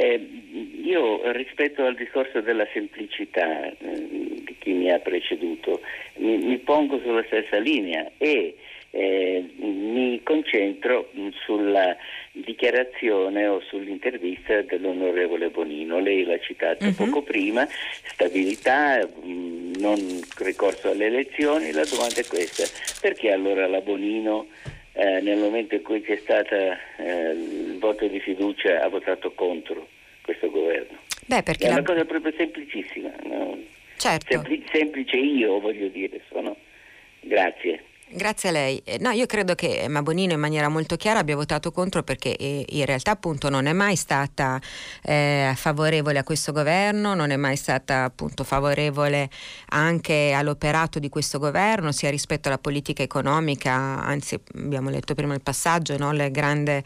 I: Io rispetto al discorso della semplicità di chi mi ha preceduto, mi pongo sulla stessa linea e mi concentro sulla dichiarazione o sull'intervista dell'onorevole Bonino. Lei l'ha citata poco prima: stabilità, non ricorso alle elezioni. La domanda è questa: perché allora la Bonino nel momento in cui c'è stato il voto di fiducia ha votato contro questo governo?
C: Perché
I: è una cosa proprio semplicissima, no?
C: Certo.
I: Semplice, io voglio dire sono. Grazie.
C: Grazie a lei. No, io credo che Bonino in maniera molto chiara abbia votato contro perché in realtà appunto non è mai stata favorevole a questo governo, non è mai stata appunto favorevole anche all'operato di questo governo, sia rispetto alla politica economica, anzi abbiamo letto prima il passaggio, no? La grande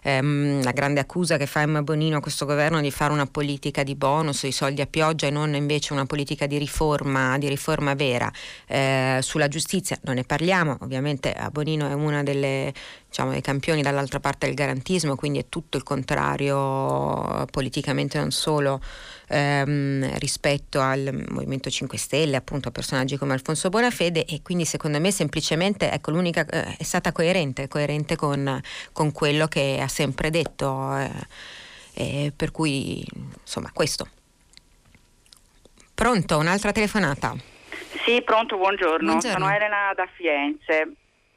C: accusa che fa Emma Bonino a questo governo di fare una politica di bonus, di soldi a pioggia e non invece una politica di riforma vera. Sulla giustizia non ne parliamo, ovviamente Bonino è una dei campioni dall'altra parte del garantismo, quindi è tutto il contrario politicamente, non solo rispetto al Movimento 5 Stelle, appunto a personaggi come Alfonso Bonafede, e quindi secondo me semplicemente l'unica è stata coerente con quello che ha sempre detto, per cui insomma questo. Pronto, un'altra telefonata?
J: Sì, pronto, buongiorno. Sono Elena da Firenze.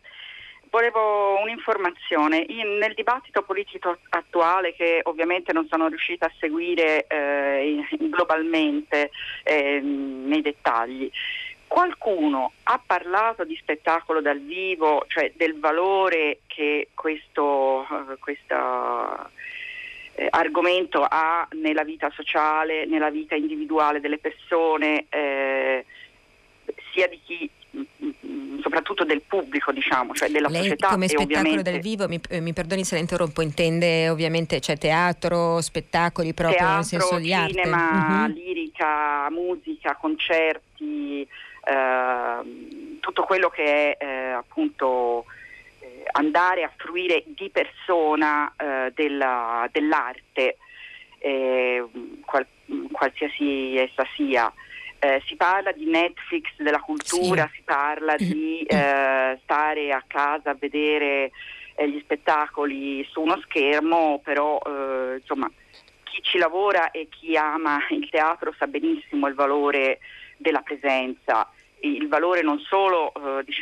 J: Volevo un'informazione. Nel dibattito politico attuale, che ovviamente non sono riuscita a seguire globalmente nei dettagli, qualcuno ha parlato di spettacolo dal vivo, cioè del valore che questo argomento ha nella vita sociale, nella vita individuale delle persone, sia di chi, soprattutto del pubblico, cioè della
C: Lei,
J: società.
C: come
J: e
C: spettacolo
J: ovviamente
C: dal vivo, mi perdoni se la interrompo, intende ovviamente teatro, spettacoli proprio
J: teatro,
C: nel senso di arte?
J: cinema, lirica, musica, concerti, tutto quello che è appunto andare a fruire di persona dell'arte, qualsiasi essa sia. Si parla di Netflix della cultura, sì. Si parla di stare a casa a vedere gli spettacoli su uno schermo, però insomma chi ci lavora e chi ama il teatro sa benissimo il valore della presenza, il valore non solo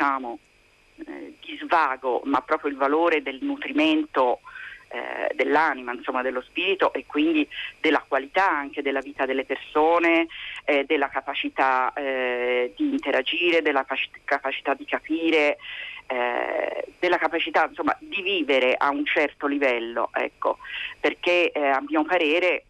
J: di svago, ma proprio il valore del nutrimento dell'anima, insomma dello spirito, e quindi della qualità anche della vita delle persone, della capacità di interagire, della capacità di capire, della capacità insomma di vivere a un certo livello, ecco, perché a mio parere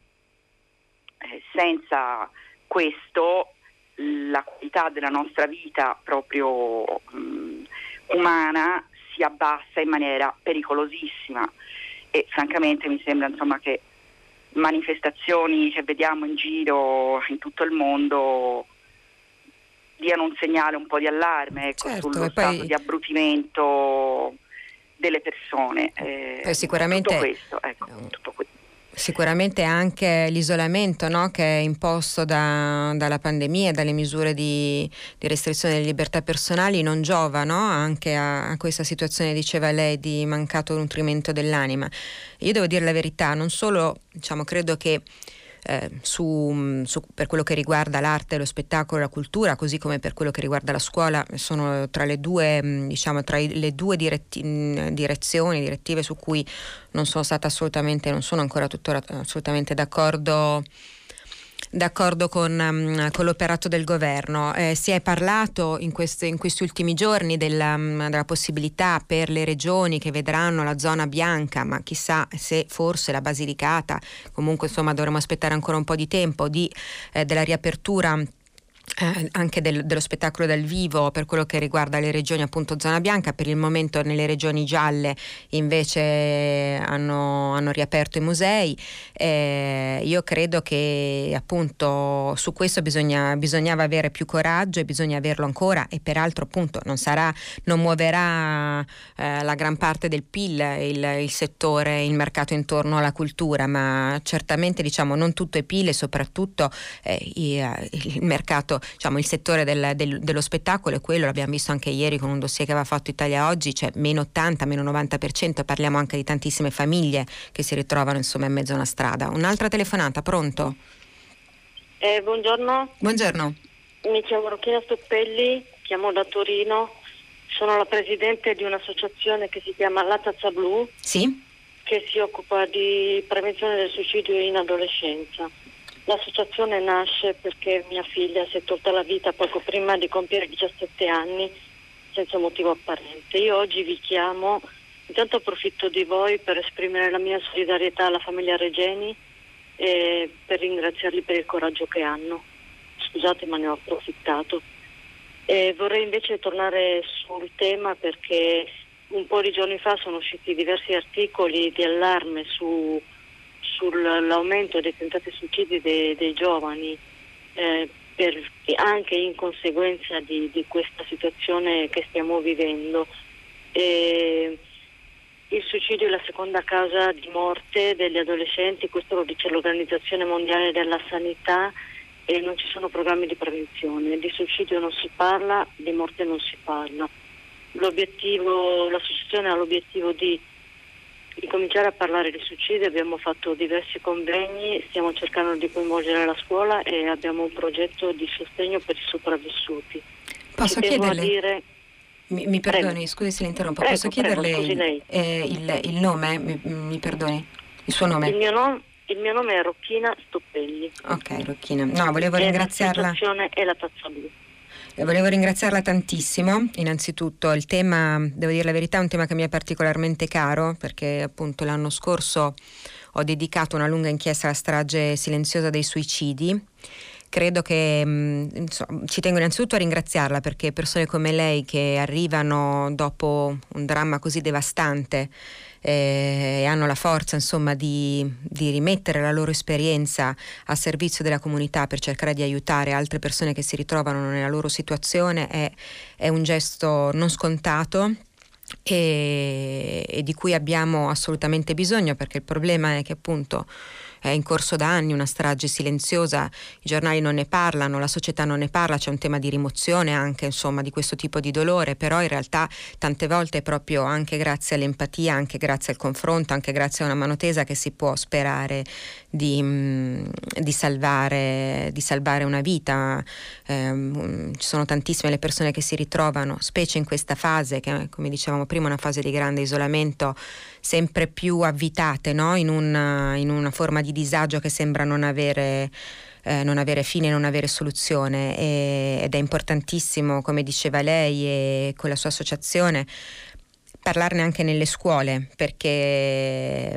J: senza questo la qualità della nostra vita proprio umana si abbassa in maniera pericolosissima. E francamente mi sembra insomma che manifestazioni che vediamo in giro in tutto il mondo diano un segnale un po' di allarme, ecco, certo, sullo stato di abbrutimento delle persone.
C: Sicuramente
J: tutto questo, ecco, tutto questo.
C: Sicuramente anche l'isolamento, no, che è imposto dalla pandemia e dalle misure di restrizione delle libertà personali non giova, no, anche a questa situazione, diceva lei, di mancato nutrimento dell'anima. Io devo dire la verità, non solo credo che per quello che riguarda l'arte, lo spettacolo, la cultura, così come per quello che riguarda la scuola, sono tra le due direttive su cui non sono ancora tuttora assolutamente d'accordo con l'operato del governo. Si è parlato in questi ultimi giorni della possibilità per le regioni che vedranno la zona bianca, ma chissà se forse la Basilicata, comunque insomma dovremo aspettare ancora un po' di tempo, della riapertura anche dello spettacolo dal vivo per quello che riguarda le regioni appunto zona bianca. Per il momento nelle regioni gialle invece hanno riaperto i musei. Io credo che appunto su questo bisognava avere più coraggio, e bisogna averlo ancora, e peraltro appunto non muoverà la gran parte del PIL il settore, il mercato intorno alla cultura, ma certamente non tutto è PIL, e soprattutto il mercato, il settore dello spettacolo è quello. L'abbiamo visto anche ieri con un dossier che aveva fatto Italia Oggi, cioè meno 80, meno 90%. Parliamo anche di tantissime famiglie che si ritrovano insomma in mezzo a una strada. Un'altra telefonata, pronto?
K: Buongiorno.
C: Buongiorno.
K: Mi chiamo Rocchina Stoppelli, chiamo da Torino, sono la presidente di un'associazione che si chiama La Tazza Blu,
C: sì,
K: che si occupa di prevenzione del suicidio in adolescenza. L'associazione nasce perché mia figlia si è tolta la vita poco prima di compiere 17 anni senza motivo apparente. Io oggi vi chiamo, intanto approfitto di voi per esprimere la mia solidarietà alla famiglia Regeni e per ringraziarli per il coraggio che hanno. Scusate, ma ne ho approfittato. Vorrei invece tornare sul tema perché un po' di giorni fa sono usciti diversi articoli di allarme sull'aumento dei tentati suicidi dei giovani, anche in conseguenza di questa situazione che stiamo vivendo. Il suicidio è la seconda causa di morte degli adolescenti, questo lo dice l'Organizzazione Mondiale della Sanità, e non ci sono programmi di prevenzione. Di suicidio non si parla, di morte non si parla. L'associazione ha l'obiettivo di cominciare a parlare di suicidio. Abbiamo fatto diversi convegni, stiamo cercando di coinvolgere la scuola e abbiamo un progetto di sostegno per i sopravvissuti.
C: Posso chiederle? Mi perdoni, scusi se l'interrompo. Posso chiederle il nome? Mi perdoni, il suo nome?
K: Il mio nome è Rocchina Stoppelli.
C: Ok, Rocchina. No, volevo ringraziarla.
K: L'associazione è La Tazza Blu.
C: Volevo ringraziarla tantissimo. Innanzitutto il tema, devo dire la verità, è un tema che mi è particolarmente caro, perché appunto l'anno scorso ho dedicato una lunga inchiesta alla strage silenziosa dei suicidi. Credo che ci tengo innanzitutto a ringraziarla, perché persone come lei che arrivano dopo un dramma così devastante e hanno la forza insomma di rimettere la loro esperienza a servizio della comunità per cercare di aiutare altre persone che si ritrovano nella loro situazione è un gesto non scontato e di cui abbiamo assolutamente bisogno, perché il problema è che appunto è in corso da anni una strage silenziosa, i giornali non ne parlano, la società non ne parla, c'è un tema di rimozione anche insomma di questo tipo di dolore, però in realtà tante volte è proprio anche grazie all'empatia, anche grazie al confronto, anche grazie a una mano tesa che si può sperare di salvare una vita. Ci sono tantissime le persone che si ritrovano, specie in questa fase che, come dicevamo prima, è una fase di grande isolamento, sempre più avvitate, no? in una forma di disagio che sembra non avere fine, non avere soluzione, ed è importantissimo, come diceva lei e con la sua associazione, parlarne anche nelle scuole, perché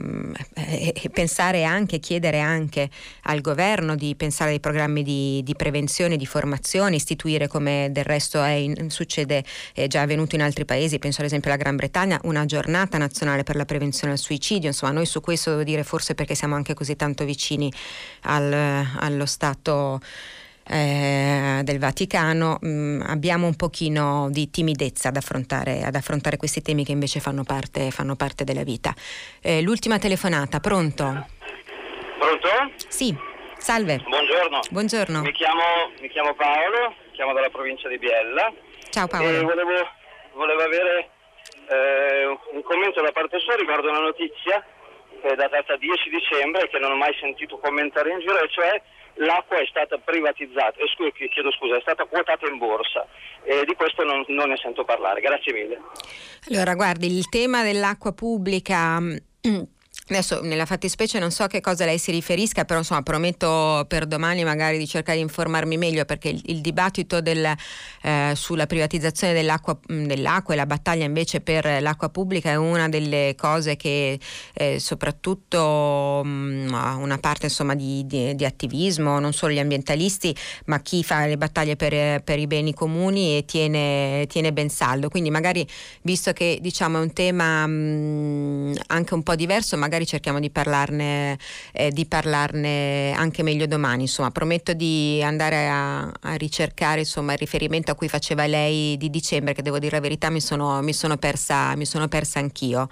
C: pensare anche, chiedere anche al governo di pensare ai programmi di prevenzione, di formazione, istituire, come del resto succede, è già avvenuto in altri paesi, penso ad esempio alla Gran Bretagna, una giornata nazionale per la prevenzione al suicidio. Insomma, noi su questo, devo dire, forse perché siamo anche così tanto vicini allo Stato del Vaticano, abbiamo un pochino di timidezza ad affrontare questi temi che invece fanno parte della vita. L'ultima telefonata, pronto?
L: Pronto?
C: Sì, salve.
L: Buongiorno. Mi chiamo Paolo, chiamo dalla provincia di Biella.
C: Ciao Paolo.
L: E volevo avere un commento da parte sua riguardo una notizia che è datata 10 dicembre che non ho mai sentito commentare in giro, e cioè l'acqua è stata privatizzata, è stata quotata in borsa, e di questo non ne sento parlare. Grazie mille.
C: Allora, guardi, il tema dell'acqua pubblica Adesso nella fattispecie non so a che cosa lei si riferisca, però insomma prometto per domani magari di cercare di informarmi meglio, perché il dibattito sulla privatizzazione dell'acqua e la battaglia invece per l'acqua pubblica è una delle cose che soprattutto una parte insomma di attivismo, non solo gli ambientalisti ma chi fa le battaglie per i beni comuni, e tiene ben saldo. Quindi magari, visto che diciamo è un tema anche un po' diverso, magari cerchiamo di parlarne anche meglio domani. Insomma, prometto di andare a ricercare insomma il riferimento a cui faceva lei di dicembre, che devo dire la verità mi sono persa anch'io.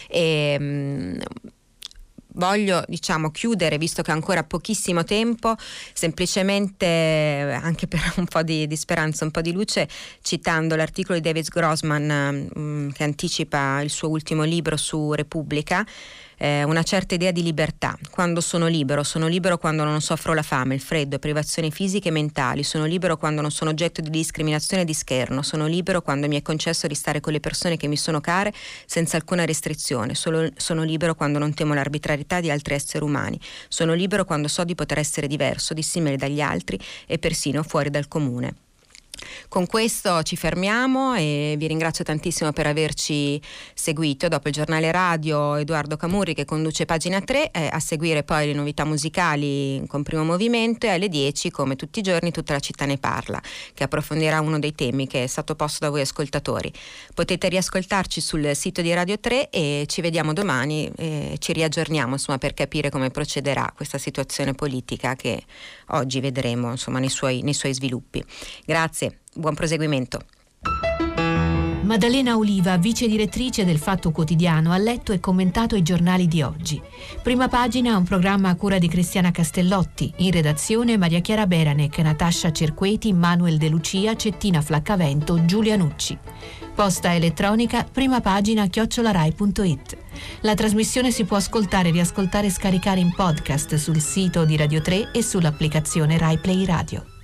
C: Voglio chiudere, visto che ho ancora pochissimo tempo, semplicemente anche per un po' di speranza, un po' di luce, citando l'articolo di David Grossman che anticipa il suo ultimo libro su Repubblica. Una certa idea di libertà. Quando sono libero quando non soffro la fame, il freddo, privazioni fisiche e mentali, sono libero quando non sono oggetto di discriminazione e di scherno, sono libero quando mi è concesso di stare con le persone che mi sono care senza alcuna restrizione, sono libero quando non temo l'arbitrarietà di altri esseri umani, sono libero quando so di poter essere diverso, dissimile dagli altri e persino fuori dal comune. Con questo ci fermiamo e vi ringrazio tantissimo per averci seguito. Dopo il giornale radio Edoardo Camurri che conduce Pagina 3, a seguire poi le novità musicali con Primo Movimento, e alle 10 come tutti i giorni Tutta la città ne parla, che approfondirà uno dei temi che è stato posto da voi ascoltatori. Potete riascoltarci sul sito di Radio 3 e ci vediamo domani e ci riaggiorniamo insomma per capire come procederà questa situazione politica che oggi vedremo insomma nei suoi sviluppi. Grazie. Buon proseguimento.
B: Maddalena Oliva, vice direttrice del Fatto Quotidiano, ha letto e commentato i giornali di oggi. Prima Pagina, un programma a cura di Cristiana Castellotti, in redazione Maria Chiara Beranec, Natascia Cerqueti, Manuel De Lucia, Cettina Flaccavento, Giulia Nucci. Posta elettronica primapagina@rai.it. La trasmissione si può ascoltare, riascoltare e scaricare in podcast sul sito di Radio 3 e sull'applicazione Rai Play Radio.